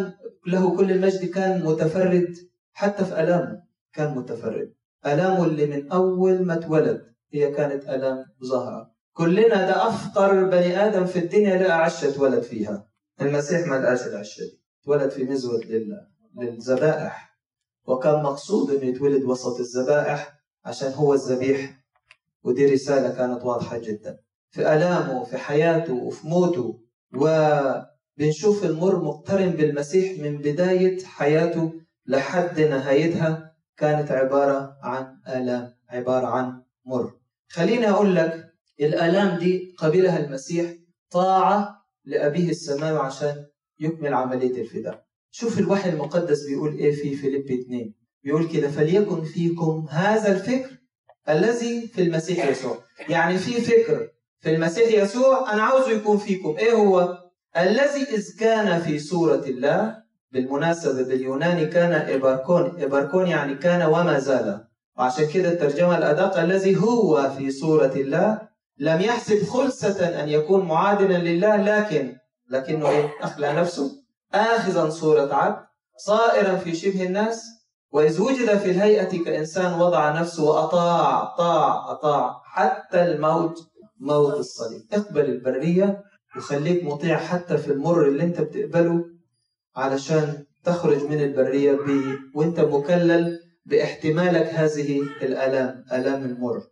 له كل المجد كان متفرد، حتى في ألامه كان متفرد. ألامه اللي من أول ما اتولد هي كانت ألام ظاهرة. كلنا ده أفقر بني آدم في الدنيا لقى عشة اتولد فيها. المسيح ما لقاش العشة دي، اتولد في مزود للذبائح، وكان مقصود أنه يتولد وسط الذبائح عشان هو الذبيح. ودي رسالة كانت واضحة جدا في ألامه وفي حياته وفي موته. وبنشوف المر مقترن بالمسيح من بداية حياته لحد نهايتها، كانت عبارة عن آلام، عبارة عن مر. خليني أقول لك الآلام دي قبلها المسيح طاعة لأبيه السماوي عشان يكمل عملية الفداء. شوف الوحي المقدس بيقول إيه في فيليبي 2، بيقول كده فليكن فيكم هذا الفكر الذي في المسيح يسوع. يعني في فكر في المسيح يسوع أنا عاوزه يكون فيكم. إيه هو؟ الذي إذ كان في صورة الله. بالمناسبة باليوناني كان إباركون يعني كان وما زال، وعشان كده الترجمة الأدق الذي هو في صورة الله لم يحسب خلسة أن يكون معادلا لله، لكنه إيه؟ أخلى نفسه آخذا صورة عبد صائرا في شبه الناس، وإذ وجد في الهيئة كإنسان وضع نفسه وأطاع حتى الموت، موت الصليب. اقبل البرية وخليك مطيع حتى في المر اللي انت بتقبله، علشان تخرج من البرية وانت مكلل باحتمالك هذه الآلام، آلام المر.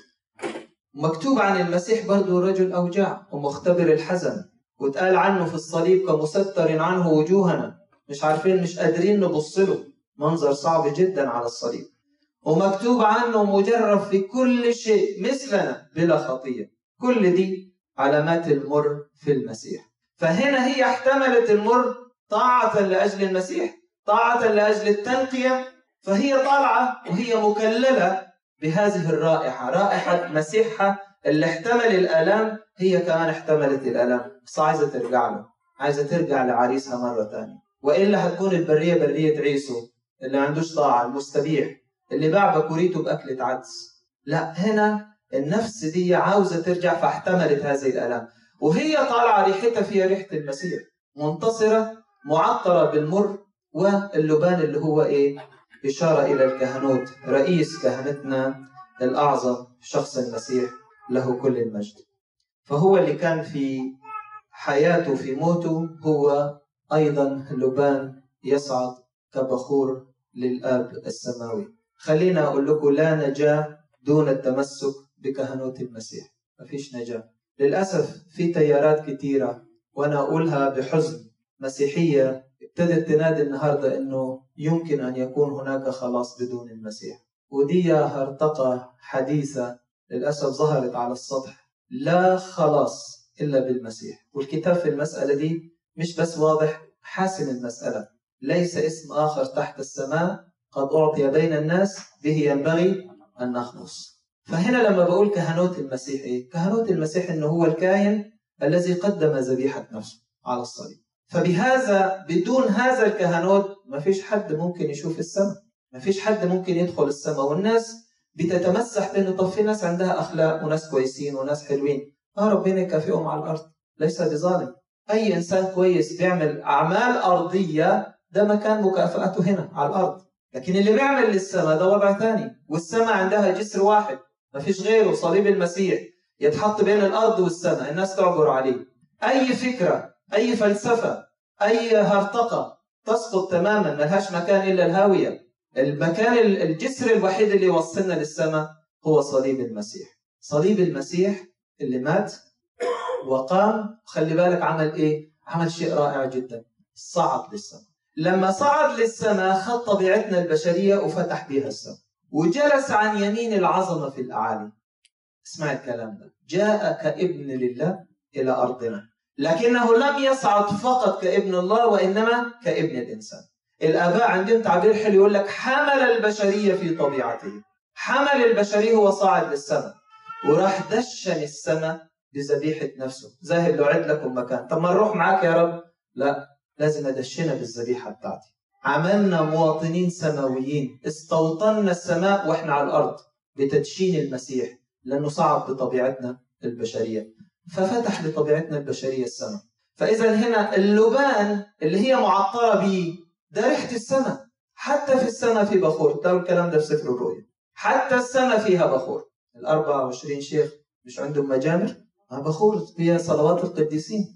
مكتوب عن المسيح برضو رجل أوجاع ومختبر الحزن، واتقال عنه في الصليب كمستر عنه وجوهنا، مش عارفين مش قادرين نبص له، منظر صعب جدا على الصليب. ومكتوب عنه مجرب في كل شيء مثلنا بلا خطية. كل دي علامات المر في المسيح. فهنا هي احتملت المر طاعة لأجل المسيح، طاعة لأجل التنقية، فهي طالعة وهي مكللة بهذه الرائحة، رائحة مسيحها اللي احتمل الآلام. هي كمان احتملت الآلام، بس عايزة ترجع له، عايزة ترجع لعريسها مرة تانية، وإلا هتكون البرية برية عيسو اللي عندوش طاعة، المستبيح اللي باع بكوريته بأكلة عدس. لا، هنا النفس دي عاوزة ترجع، فاحتملت هذه الآلام، وهي طالعة ريحتها فيها ريحة المسيح، منتصرة معطرة بالمر واللبان اللي هو إيه؟ إشارة إلى الكهنوت، رئيس كهنتنا الأعظم شخص المسيح له كل المجد. فهو اللي كان في حياته في موته هو أيضا لبان يصعد كبخور للآب السماوي. خلينا أقول لكم لا نجاة دون التمسك بكهنوت المسيح، مفيش نجاة للأسف. في تيارات كتيرة، وأنا أقولها بحزن، مسيحية ابتدت تنادي النهاردة أنه يمكن أن يكون هناك خلاص بدون المسيح، ودي هرطقة حديثة للأسف ظهرت على السطح. لا خلاص إلا بالمسيح، والكتاب في المسألة دي مش بس واضح، حاسم المسألة. ليس اسم آخر تحت السماء قد أعطي بين الناس به ينبغي أن نخلص. فهنا لما بقول كهنوت المسيح إيه؟ كهنوت المسيح إنه هو الكاهن الذي قدم ذبيحة نفسه على الصليب. فبهذا بدون هذا الكهنوت ما فيش حد ممكن يشوف السماء، ما فيش حد ممكن يدخل السماء. والناس بتتمسح بأنه طب في ناس عندها أخلاق وناس كويسين وناس حلوين، ربنا يكافئهم على الأرض، ليس بظالم. أي إنسان كويس بيعمل أعمال أرضية ده مكان مكافأته هنا على الأرض، لكن اللي بيعمل للسماء ده وضع ثاني. والسماء عندها جسر واحد ما فيش غيره، صليب المسيح يتحط بين الأرض والسماء، الناس تعبر عليه. أي فكرة، أي فلسفة، أي هرطقة تسقط تماما، ملهاش مكان إلا الهاوية. المكان الجسر الوحيد اللي يوصلنا للسماء هو صليب المسيح. صليب المسيح اللي مات وقام، خلي بالك عمل إيه؟ عمل شيء رائع جدا، صعد للسماء. لما صعد للسماء خد طبيعتنا البشرية وفتح بها السماء، وجلس عن يمين العظمة في الأعالي. اسمع الكلام ده، جاء كابن لله إلى أرضنا، لكنه لم يصعد فقط كابن الله وإنما كابن الإنسان. الآباء عندهم تعبير حلو يقول لك حمل البشرية في طبيعته. حمل البشرية، هو صاعد للسماء وراح دشن السماء بذبيحة نفسه. ذاهب لأعد لكم مكان. طب ما نروح معاك يا رب؟ لا، لازم أدشنا بالذبيحة بتاعتي. عملنا مواطنين سماويين، استوطنا السماء وإحنا على الأرض بتدشين المسيح، لأنه صعد بطبيعتنا البشرية، ففتح لطبيعتنا البشرية السماء. فإذا هنا اللبان اللي هي معطرة به ده ريحة السماء. حتى في السماء في بخور، تلاقوا الكلام ده في سفر الرؤيا. حتى السماء فيها بخور. 24 شيخ مش عندهم مجامر؟ بخور فيها صلوات القديسين.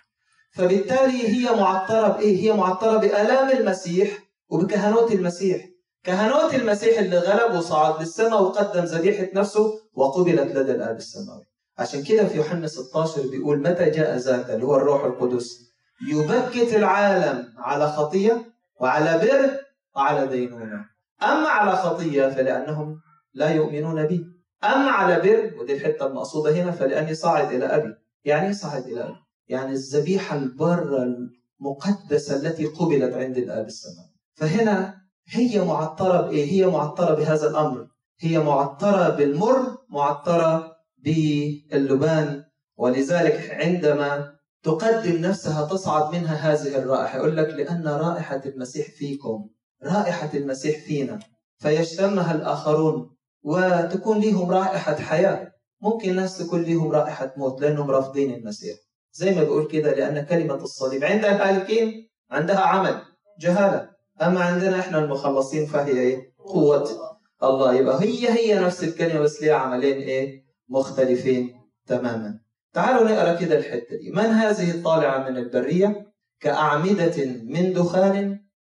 فبالتالي هي معطرة بإيه؟ هي معطرة بآلام المسيح وبكهنوت المسيح. كهنوت المسيح اللي غلب وصعد للسماء وقدم ذبيحة نفسه وقبلت لدى الآب السماوي. عشان كده في يوحنا 16 بيقول متى جاء ذاك اللي هو الروح القدس يبكت العالم على خطية وعلى بر وعلى دينونة. أما على خطية فلأنهم لا يؤمنون بي، أما على بر، ودي الحتة المقصودة هنا، فلأني صاعد إلى أبي. يعني صاعد إلى أبي، يعني الذبيحة البارة المقدسة التي قبلت عند الآب السماوي. فهنا هي معطرة بإيه؟ هي معطرة بهذا الأمر، هي معطرة بالمر، معطرة باللبان. ولذلك عندما تقدم نفسها تصعد منها هذه الرائحة. يقول لك لأن رائحة المسيح فيكم، رائحة المسيح فينا، فيشتمها الآخرون وتكون لهم رائحة حياة. ممكن ناس تكون لهم رائحة موت لأنهم رافضين المسيح، زي ما بقول كده، لأن كلمة الصليب عند الهالكين عندها عمل جهالة، أما عندنا إحنا المخلصين فهي إيه؟ قوة الله. يبقى هي نفس الكلمة بس ليها عملين إيه؟ مختلفين تماما. تعالوا نقرأ كده الحتة دي. من هذه الطالعة من البرية كأعمدة من دخان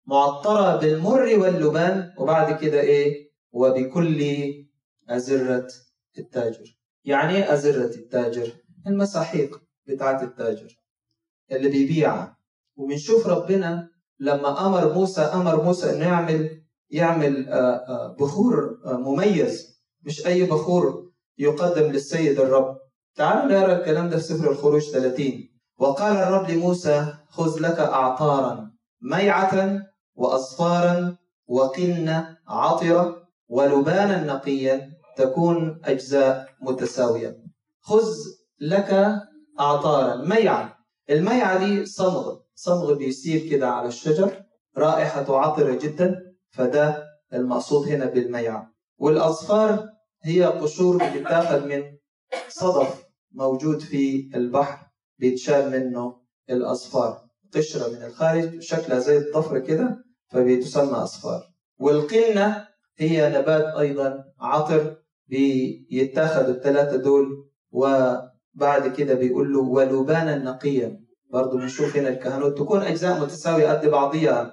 معطرة بالمر واللبان، وبعد كده إيه؟ وبكل أزرة التاجر. يعني إيه أزرة التاجر؟ المساحيق بتاعت التاجر اللي بيبيعها. وبنشوف ربنا لما أمر موسى إنه يعمل بخور مميز، مش أي بخور يقدم للسيد الرب. تعالوا نقرأ الكلام ده في سفر الخروج 30. وقال الرب لموسى: خذ لك أعطارا ميعة وأصفارا وقنة عطرة ولبانا نقيا تكون أجزاء متساوية. خذ لك أعطارا ميعة. الميعة دي صمغ بيسير كده على الشجر، رائحة عطرة جدا، فده المقصود هنا بالميعة. والأصفار هي قشور بتتاخد من صدف موجود في البحر، بيتشال منه الأصفار، قشرة من الخارج شكلها زي الضفر كده، فبيتسمى أصفار. والقنة هي نبات أيضا عطر، بيتاخدوا الثلاثة دول. وبعد كده بيقول له ولبانا نقيا، برضو بنشوف هنا الكهنوت تكون أجزاء متساوية قد بعضيها،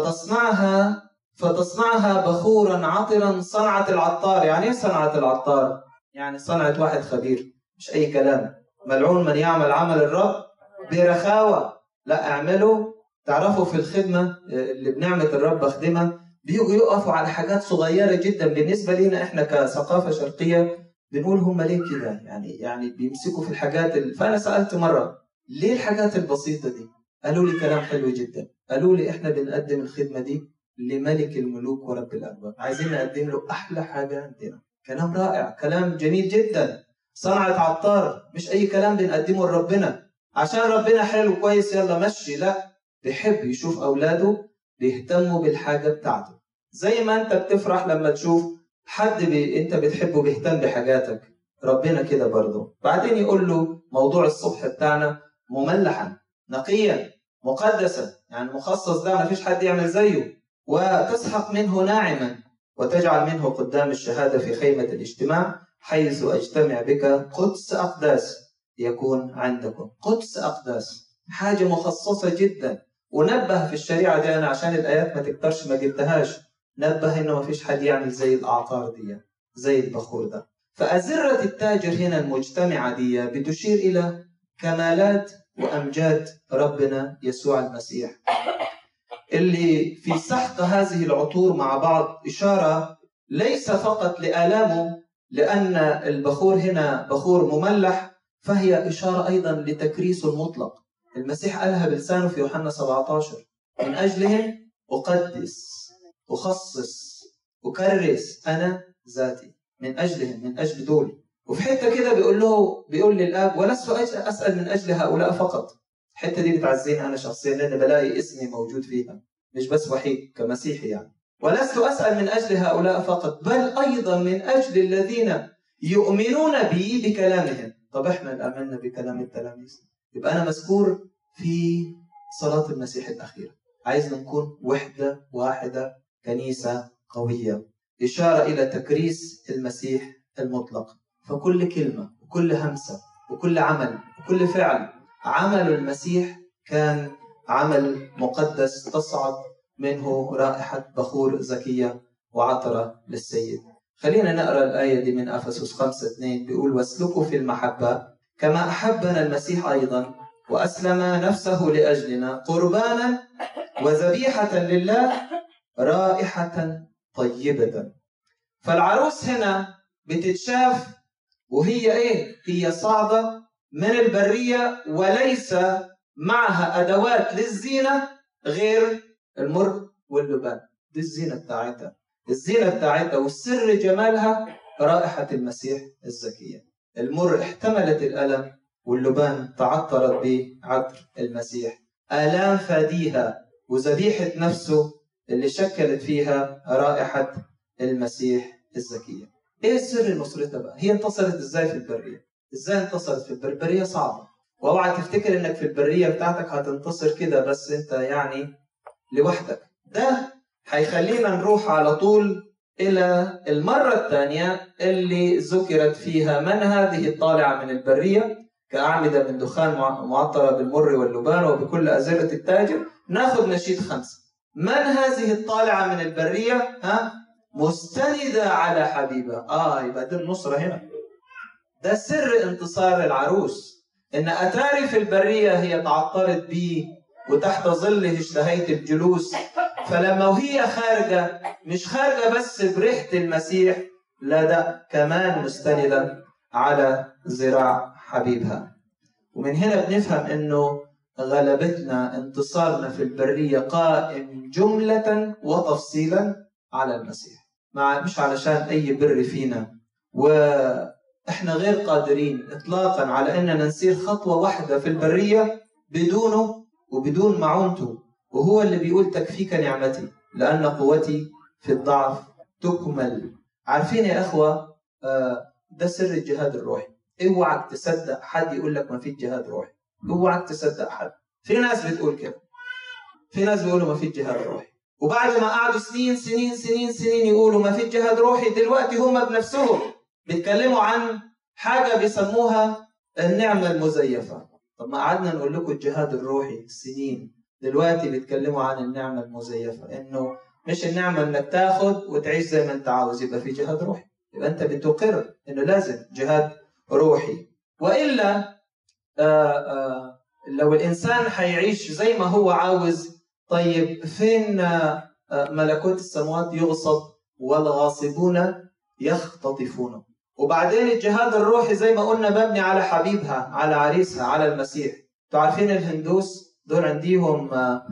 فتصنعها بخورا عطرا صنعة العطار. يعني ايه صنعة العطار؟ يعني صنعة واحد خبير، مش أي كلام. ملعون من يعمل عمل الرب برخاوة. لا اعمله. تعرفوا في الخدمة اللي بنعمة الرب بخدمها، بيجوا يقفوا على حاجات صغيرة جدا بالنسبة لنا احنا كثقافة شرقية، بنقول هم ليه كده؟ يعني بيمسكوا في الحاجات فأنا سألت مرة ليه الحاجات البسيطة دي؟ قالوا لي كلام حلو جدا. قالوا لي احنا بنقدم الخدمة دي لملك الملوك ورب الأرباب، عايزين نقدم له أحلى حاجة عندنا. كلام رائع، كلام جميل جدا. صنعة عطار، مش أي كلام بنقدمه لربنا عشان ربنا حلو كويس يلا مشي. لا، بيحب يشوف أولاده بيهتموا بالحاجة بتاعته. زي ما أنت بتفرح لما تشوف حد أنت بتحبه بيهتم بحاجاتك، ربنا كده برضه. بعدين يقول له موضوع الصبح بتاعنا: مملحا نقيا مقدسا، يعني مخصص، ده ما فيش حد يعمل زيه. وتسحق منه ناعما وتجعل منه قدام الشهادة في خيمة الاجتماع حيث أجتمع بك قدس أقداس يكون عندكم. قدس أقداس حاجة مخصصة جدا. ونبه في الشريعة دي، أنا عشان الآيات ما تكترش ما جبتهاش، نبه إنه ما فيش حد يعمل زي الأعطار دي، زي البخور ده. فأزرة التاجر هنا المجتمعة دي بتشير إلى كمالات وأمجاد ربنا يسوع المسيح، اللي في سحق هذه العطور مع بعض إشارة ليس فقط لآلامه، لأن البخور هنا بخور مملح، فهي إشارة أيضا لتكريس المطلق. المسيح قالها بلسانه في يوحنا 17: من أجلهم أقدس أخصص أكرس أنا ذاتي. من أجلهم، من أجل دول. وفي حتة كده بيقول للآب: ولست أسأل من أجل هؤلاء فقط. الحتة دي بتعزيني أنا شخصيا، لأن بلاقي اسمي موجود فيها، مش بس وحيد كمسيحي يعني. ولست أسأل من أجل هؤلاء فقط، بل أيضا من أجل الذين يؤمنون بي بكلامهم. طب إحنا اللي آمنا بكلام التلاميذ، يبقى أنا مذكور في صلاة المسيح الأخيرة. عايزنا نكون وحدة واحدة، كنيسة قوية، إشارة إلى تكريس المسيح المطلق. فكل كلمة وكل همسة وكل عمل وكل فعل عمل المسيح كان عمل مقدس تصعد منه رائحة بخور زكية وعطرة للسيد. خلينا نقرأ الآية دي من أفسس 5:2. بيقول: واسلكوا في المحبة كما أحبنا المسيح أيضا وأسلم نفسه لأجلنا قربانا وذبيحة لله رائحة طيبة. فالعروس هنا بتتشاف وهي إيه؟ هي صاعدة من البرية وليس معها أدوات للزينة غير المر واللبان. دي الزينة بتاعتها. الزينة بتاعتها والسر جمالها رائحة المسيح الزكية. المر احتملت الألم، واللبان تعطرت بعطر المسيح، آلام فاديها وذبيحة نفسه اللي شكلت فيها رائحة المسيح الزكية. ايه سر نصرتها بقى؟ هي انتصرت ازاي في البرية؟ ازاي انتصرت في البرية؟ صعبة. واوعى تفتكر انك في البرية بتاعتك هتنتصر كده بس انت يعني لوحدك. ده هيخلينا نروح على طول الى المرة الثانية اللي ذكرت فيها من هذه الطالعة من البرية كأعمدة من دخان معطرة بالمر واللبان وبكل أزرة التاجر. ناخذ نشيد 5. من هذه الطالعة من البرية؟ مستندة على حبيبها. يبقى دي النصرة هنا. ده سر انتصار العروس، إن أتاري في البرية هي تعطرت بيه وتحت ظله اشتهيت الجلوس. فلما وهي خارجة مش خارجة بس بريحة المسيح، لا، ده كمان مستندة على ذراع حبيبها. ومن هنا بنفهم إنه غلبتنا، انتصارنا في البرية قائم جملة وتفصيلا على المسيح، مش علشان أي بر فينا، وإحنا غير قادرين إطلاقا على أننا نسير خطوة واحدة في البرية بدونه وبدون معونته. وهو اللي بيقول تكفيك نعمتي لأن قوتي في الضعف تكمل. عارفين يا أخوة، ده سر الجهاد الروحي. اوعك تصدق حد يقول لك ما في جهاد روحي، اوعك تصدق حد. في ناس بتقول كده، في ناس بيقولوا ما في جهاد روحي، وبعد ما قعدوا سنين سنين سنين سنين يقولوا ما في جهاد روحي، دلوقتي هم بنفسهم بيتكلموا عن حاجة بيسموها النعمة المزيفة. طب ما قعدنا نقول لكم الجهاد الروحي سنين، دلوقتي بيتكلموا عن النعمة المزيفة، انه مش النعمة انك تاخد وتعيش زي ما انت عاوز يبقى في جهاد روحي. يبقى انت بتقر انه لازم جهاد روحي، وإلا لو الإنسان هيعيش زي ما هو عاوز، طيب فين ملكوت السماوات؟ يغصب والغاصبون يختطفونه. وبعدين الجهاد الروحي زي ما قلنا مبني على حبيبها، على عريسها، على المسيح. تعرفين الهندوس دول عندهم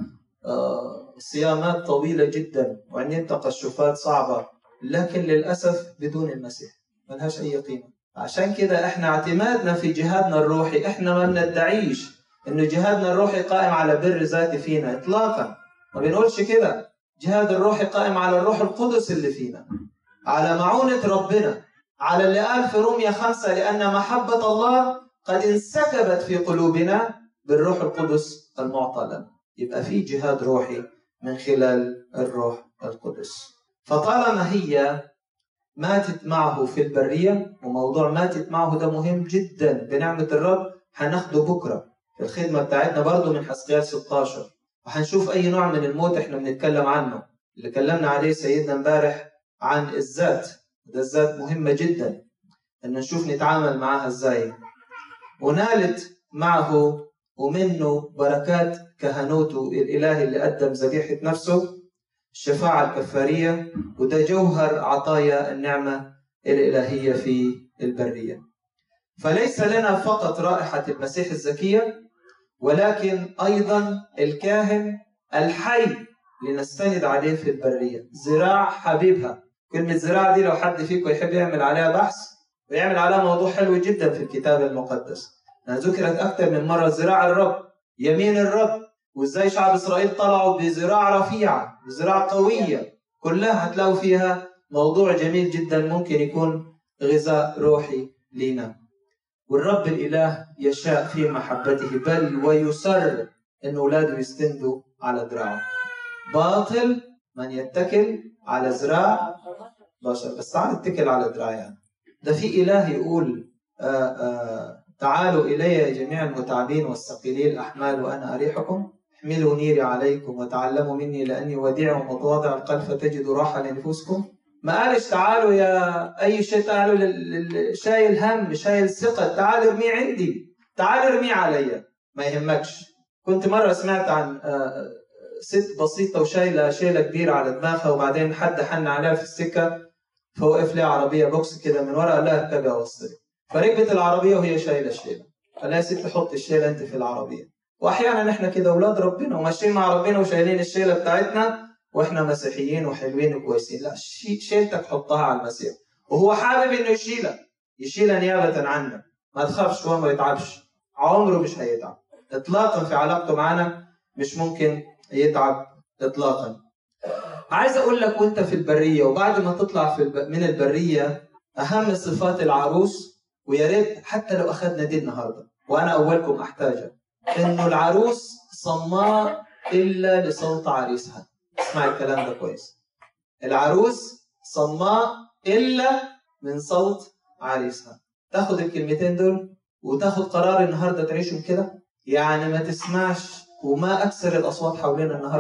صيامات طويلة جدا وعندهم تقشفات صعبة، لكن للأسف بدون المسيح ملهاش أي قيمة. عشان كده احنا اعتمادنا في جهادنا الروحي، احنا ما بندعيش انه جهادنا الروحي قائم على بر ذاتي فينا اطلاقا، ما بنقولش كده. جهاد الروحي قائم على الروح القدس اللي فينا، على معونة ربنا، على اللي قال في رومية 5 لأن محبة الله قد انسكبت في قلوبنا بالروح القدس المعطى لنا. يبقى في جهاد روحي من خلال الروح القدس. فطالما هي ماتت معه في البرية، وموضوع ماتت معه ده مهم جدا بنعمة الرب، هناخده بكرة في الخدمة بتاعتنا برضو من حزقيال 16، وهنشوف أي نوع من الموت احنا بنتكلم عنه، اللي كلمنا عليه سيدنا امبارح عن الذات. ده الذات مهمة جدا أن نشوف نتعامل معها ازاي. ونالت معه ومنه بركات كهنوته الإلهي اللي قدم ذبيحة نفسه، الشفاعة الكفارية، وده جوهر عطايا النعمة الإلهية في البرية. فليس لنا فقط رائحة المسيح الزكية، ولكن أيضا الكاهن الحي لنستند عليه في البرية، ذراع حبيبها. كلمة ذراع دي لو حد فيكم يحب يعمل عليها بحث ويعمل عليها موضوع حلو جدا في الكتاب المقدس. ذكرت أكثر من مرة ذراع الرب، يمين الرب، وإزاي شعب إسرائيل طلعوا بذراع رفيعة، بذراع قوية. كلها هتلاقوا فيها موضوع جميل جدا ممكن يكون غذاء روحي لنا. والرب الإله يشاء في محبته بل ويسر إن أولاده يستندوا على ذراعه. باطل من يتكل على ذراع بشر، بس تعال اتكل على ذراع. يعني ده في إله يقول تعالوا إلي جميع المتعبين والثقيلي الأحمال وأنا أريحكم، احملوا نيري عليكم وتعلموا مني لأني وديع ومتواضع القلب فتجدوا راحة لنفوسكم. ما قالش تعالوا يا أي شيء، تعالوا شايل هم شايل ثقة، تعال ارميه عندي، تعال ارميه عليا، ما يهمكش. كنت مرة سمعت عن ست بسيطة وشايلة كبيرة على دماغها، وبعدين حد حن عليها في السكة فوقف لها عربية بوكس كده من ورا، قال لها اركبي أوصلي. فركبت العربية وهي شايلة الشيلة، قال لها يا ست حط الشيلة أنت في العربية. وأحيانا إحنا كده أولاد ربنا وماشيين مع ربنا وشايلين الشيلة بتاعتنا وإحنا مسيحيين وحلوين وكويسين. لا، شيلتك حطها على المسيح، وهو حابب إنه يشيلها نيابة عنك. ما تخافش، هو ما يتعبش، عمره مش هيتعب إطلاقا في علاقته معنا، مش ممكن يتعب إطلاقا. عايز أقول لك وأنت في البرية وبعد ما تطلع من البرية، أهم صفات العروس، ويا ريت حتى لو أخذنا دي النهاردة وأنا أولكم أحتاجها، إنه العروس صماء إلا لصوت عريسها. اسمع الكلام ده كويس، العروس صماء إلا من صوت عريسها. تاخد الكلمتين دول وتاخد قرار النهاردة تعيشهم كده، يعني ما تسمعش. وما أكثر الأصوات حولنا النهاردة،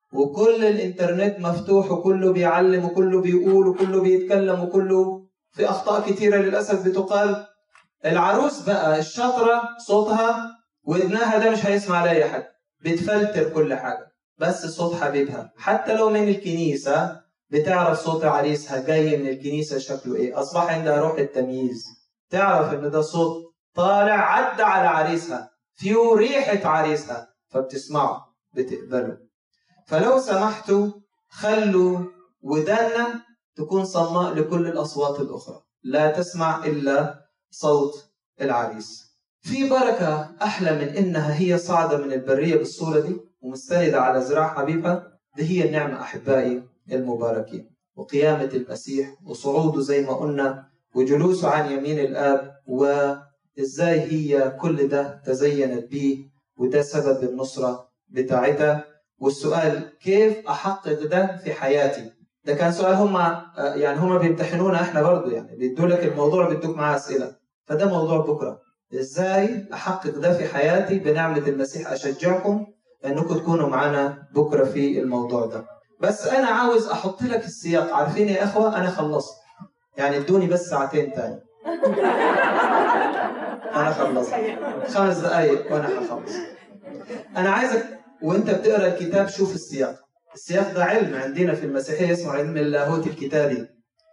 وكل الإنترنت مفتوح وكله بيعلم وكله بيقول وكله بيتكلم وكله في أخطاء كتيرة للأسف بتقال. العروس بقى الشاطرة صوتها ودنها ده مش هيسمع على أي حاجة، بتفلتر كل حاجة، بس صوت حبيبها حتى لو من الكنيسة بتعرف صوت عريسها جاي من الكنيسة شكله إيه. أصبح عندها روح التمييز، تعرف إن ده صوت طالع عدى على عريسها، فيه ريحة عريسها، فبتسمعه بتقبله. فلو سمحتوا خلوا ودانا تكون صماء لكل الأصوات الأخرى، لا تسمع إلا صوت العريس. في بركة أحلى من إنها هي صاعدة من البرية بالصورة دي ومستندة على ذراع حبيبها. دي هي النعمة أحبائي المباركين، وقيامة المسيح وصعوده زي ما قلنا وجلوسه عن يمين الآب، وإزاي هي كل ده تزينت بيه، وده سبب النصرة بتاعتها. والسؤال كيف أحقق ده في حياتي؟ ده كان سؤال هم بيمتحنونا احنا برضو، يعني بيدوا لك الموضوع بيدوك معاه أسئلة. فده موضوع بكرة، ازاي أحقق ده في حياتي بنعمة المسيح. أشجعكم أنكم تكونوا معنا بكرة في الموضوع ده. بس أنا عاوز أحط لك السياق. عارفين يا أخوة أنا خلصت، يعني ادوني بس ساعتين تاني أنا خلصت 5 دقايق وأنا هخلص. أنا عايزك وأنت بتقرأ الكتاب شوف السياق. السياق ده علم عندنا في المسيحية اسمه علم اللاهوت الكتابي.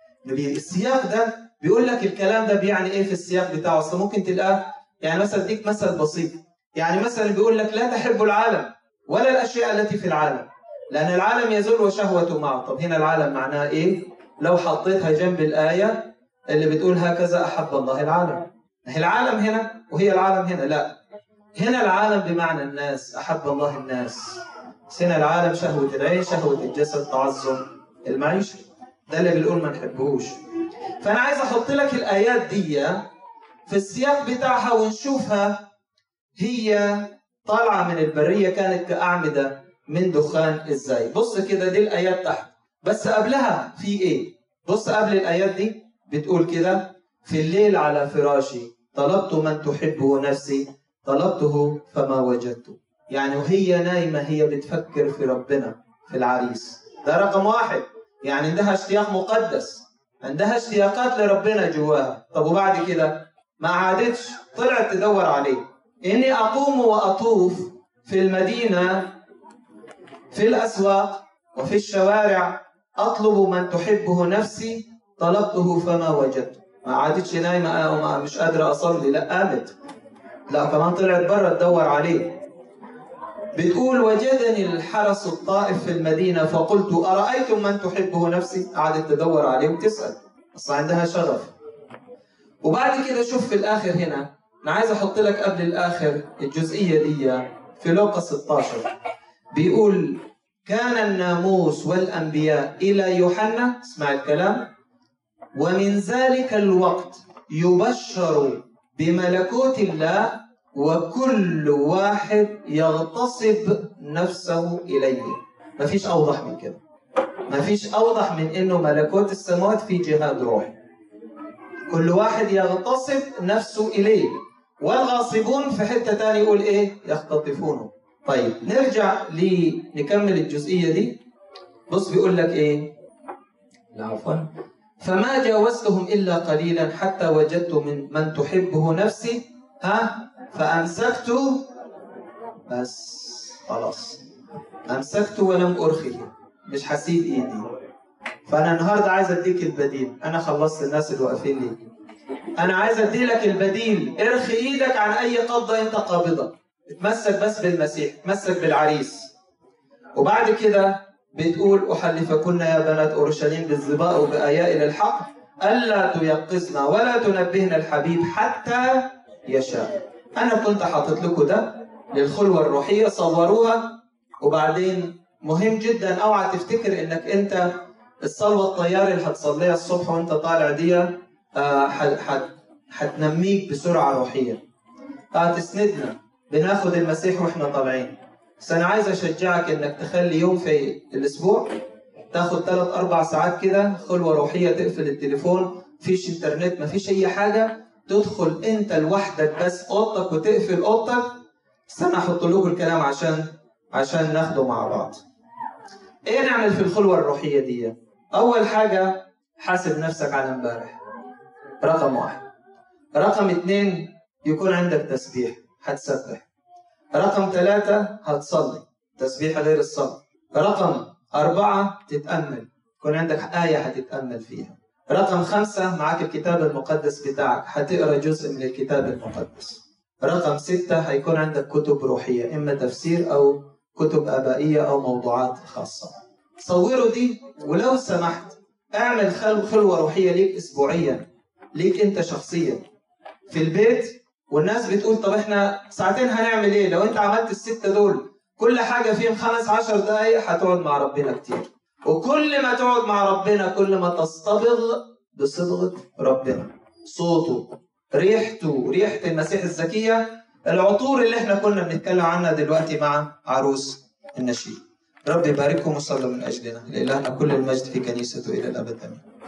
السياق ده بيقول لك الكلام ده بيعني إيه في السياق بتاعه. أصلا ممكن تلقاه، يعني مثلا اديك مثل بسيط، يعني مثلا بيقول لك لا تحب العالم ولا الأشياء التي في العالم لأن العالم يزول وشهوته معه. طب هنا العالم معناه إيه؟ لو حطيتها جنب الآية اللي بتقول هكذا أحب الله العالم، هي العالم هنا وهي العالم هنا. لا، هنا العالم بمعنى الناس، أحب الله الناس. هنا العالم شهوة العين، شهوة الجسد، تعظم المعيشة، ده اللي بنقول ما نحبهوش. فأنا عايز أحط لك الآيات دي في السياق بتاعها ونشوفها. هي طالعة من البرية كانت كأعمدة من دخان إزاي. بص كده دي الآيات تحت، بس قبلها في إيه؟ بص قبل الآيات دي بتقول كده: في الليل على فراشي طلبت من تحبه نفسي طلبته فما وجدته. يعني وهي نايمة هي بتفكر في ربنا، في العريس ده رقم 1. يعني عندها اشتياق مقدس، عندها اشتياقات لربنا جواها. طب وبعد كده ما عادتش، طلعت تدور عليه. إني أقوم وأطوف في المدينة في الأسواق وفي الشوارع أطلب من تحبه نفسي طلبته فما وجدته. ما عادتش نايمة مش قادرة أصلي، لا قامت، لا كمان طلعت برا تدور عليه. بتقول وجدني الحرس الطائف في المدينة فقلت أرأيتم من تحبه نفسي. قعدت تدور عليه وتسأل، أصلا عندها شغف. وبعد كده شوف في الآخر هنا، أنا عايز أحط لك قبل الآخر الجزئية دي في لوقا 16 بيقول كان الناموس والأنبياء إلى يوحنا، اسمع الكلام، ومن ذلك الوقت يبشر بملكوت الله وكل واحد يغتصب نفسه إليه. ما فيش أوضح من كده، ما فيش أوضح من إنه ملكوت السماوات في جهاد روحي، كل واحد يغتصب نفسه إليه، والغاصبون في حتة تاني يقول إيه؟ يختطفونه. طيب نرجع نكمل الجزئية دي. بص بيقول لك إيه؟ عفوا، فما جاوزتهم إلا قليلا حتى وجدت من تحبه نفسي فأمسكت، بس خلاص أمسكت ولم أرخه، مش هسيب إيدي. فأنا النهاردة عايز أديك البديل. أنا خلصت الناس اللي واقفين لي، أنا عايز أدي لك البديل. ارخي إيدك عن أي قبضة أنت قابضة، اتمسك بس بالمسيح، اتمسك بالعريس. وبعد كده بتقول أحلفكن يا بنات أورشليم بالظباء وبآياء للحق ألا تيقظنا ولا تنبهنا الحبيب حتى يشاء. أنا كنت حاطط لكم ده للخلوة الروحية، صوروها. وبعدين مهم جدا اوعى تفتكر انك انت الصلوة الطيارة اللي هتصليها الصبح وانت طالع دي هتنميك بسرعة روحية، هتسندنا. بناخد المسيح واحنا طالعين. بس انا عايز اشجعك انك تخلي يوم في الاسبوع تاخد 3-4 ساعات كده خلوة روحية، تقفل التليفون، مفيش انترنت، مفيش اي حاجة، تدخل انت لوحدك بس اوضتك وتقفل اوضتك. استنى احط لكم الكلام عشان ناخده مع بعض. ايه نعمل في الخلوة الروحية دي؟ أول حاجة حاسب نفسك على امبارح، رقم 1. رقم 2 يكون عندك تسبيح، هتسبح. رقم 3 هتصلي، تسبيح غير الصلاة. رقم 4 تتأمل، يكون عندك آية هتتأمل فيها. رقم 5 معاك الكتاب المقدس بتاعك، هتقرأ جزء من الكتاب المقدس. رقم 6 هيكون عندك كتب روحية، إما تفسير أو كتب آبائية أو موضوعات خاصة. صوروا دي، ولو سمحت اعمل خلوة روحية ليك أسبوعيا، ليك أنت شخصيا في البيت. والناس بتقول طب احنا ساعتين هنعمل ايه؟ لو انت عملت ال6 دول كل حاجة فيهم 15 دقايق هتقعد مع ربنا كتير. وكل ما تقعد مع ربنا كل ما تصطبغ بصبغة ربنا، صوته، ريحته، ريحة المسيح الزكية، العطور اللي احنا كنا بنتكلم عنها دلوقتي مع عروس النشيد. رب يبارككم وصلوا من أجلنا، لإلهنا كل المجد في كنيسته إلى الأبد آمين.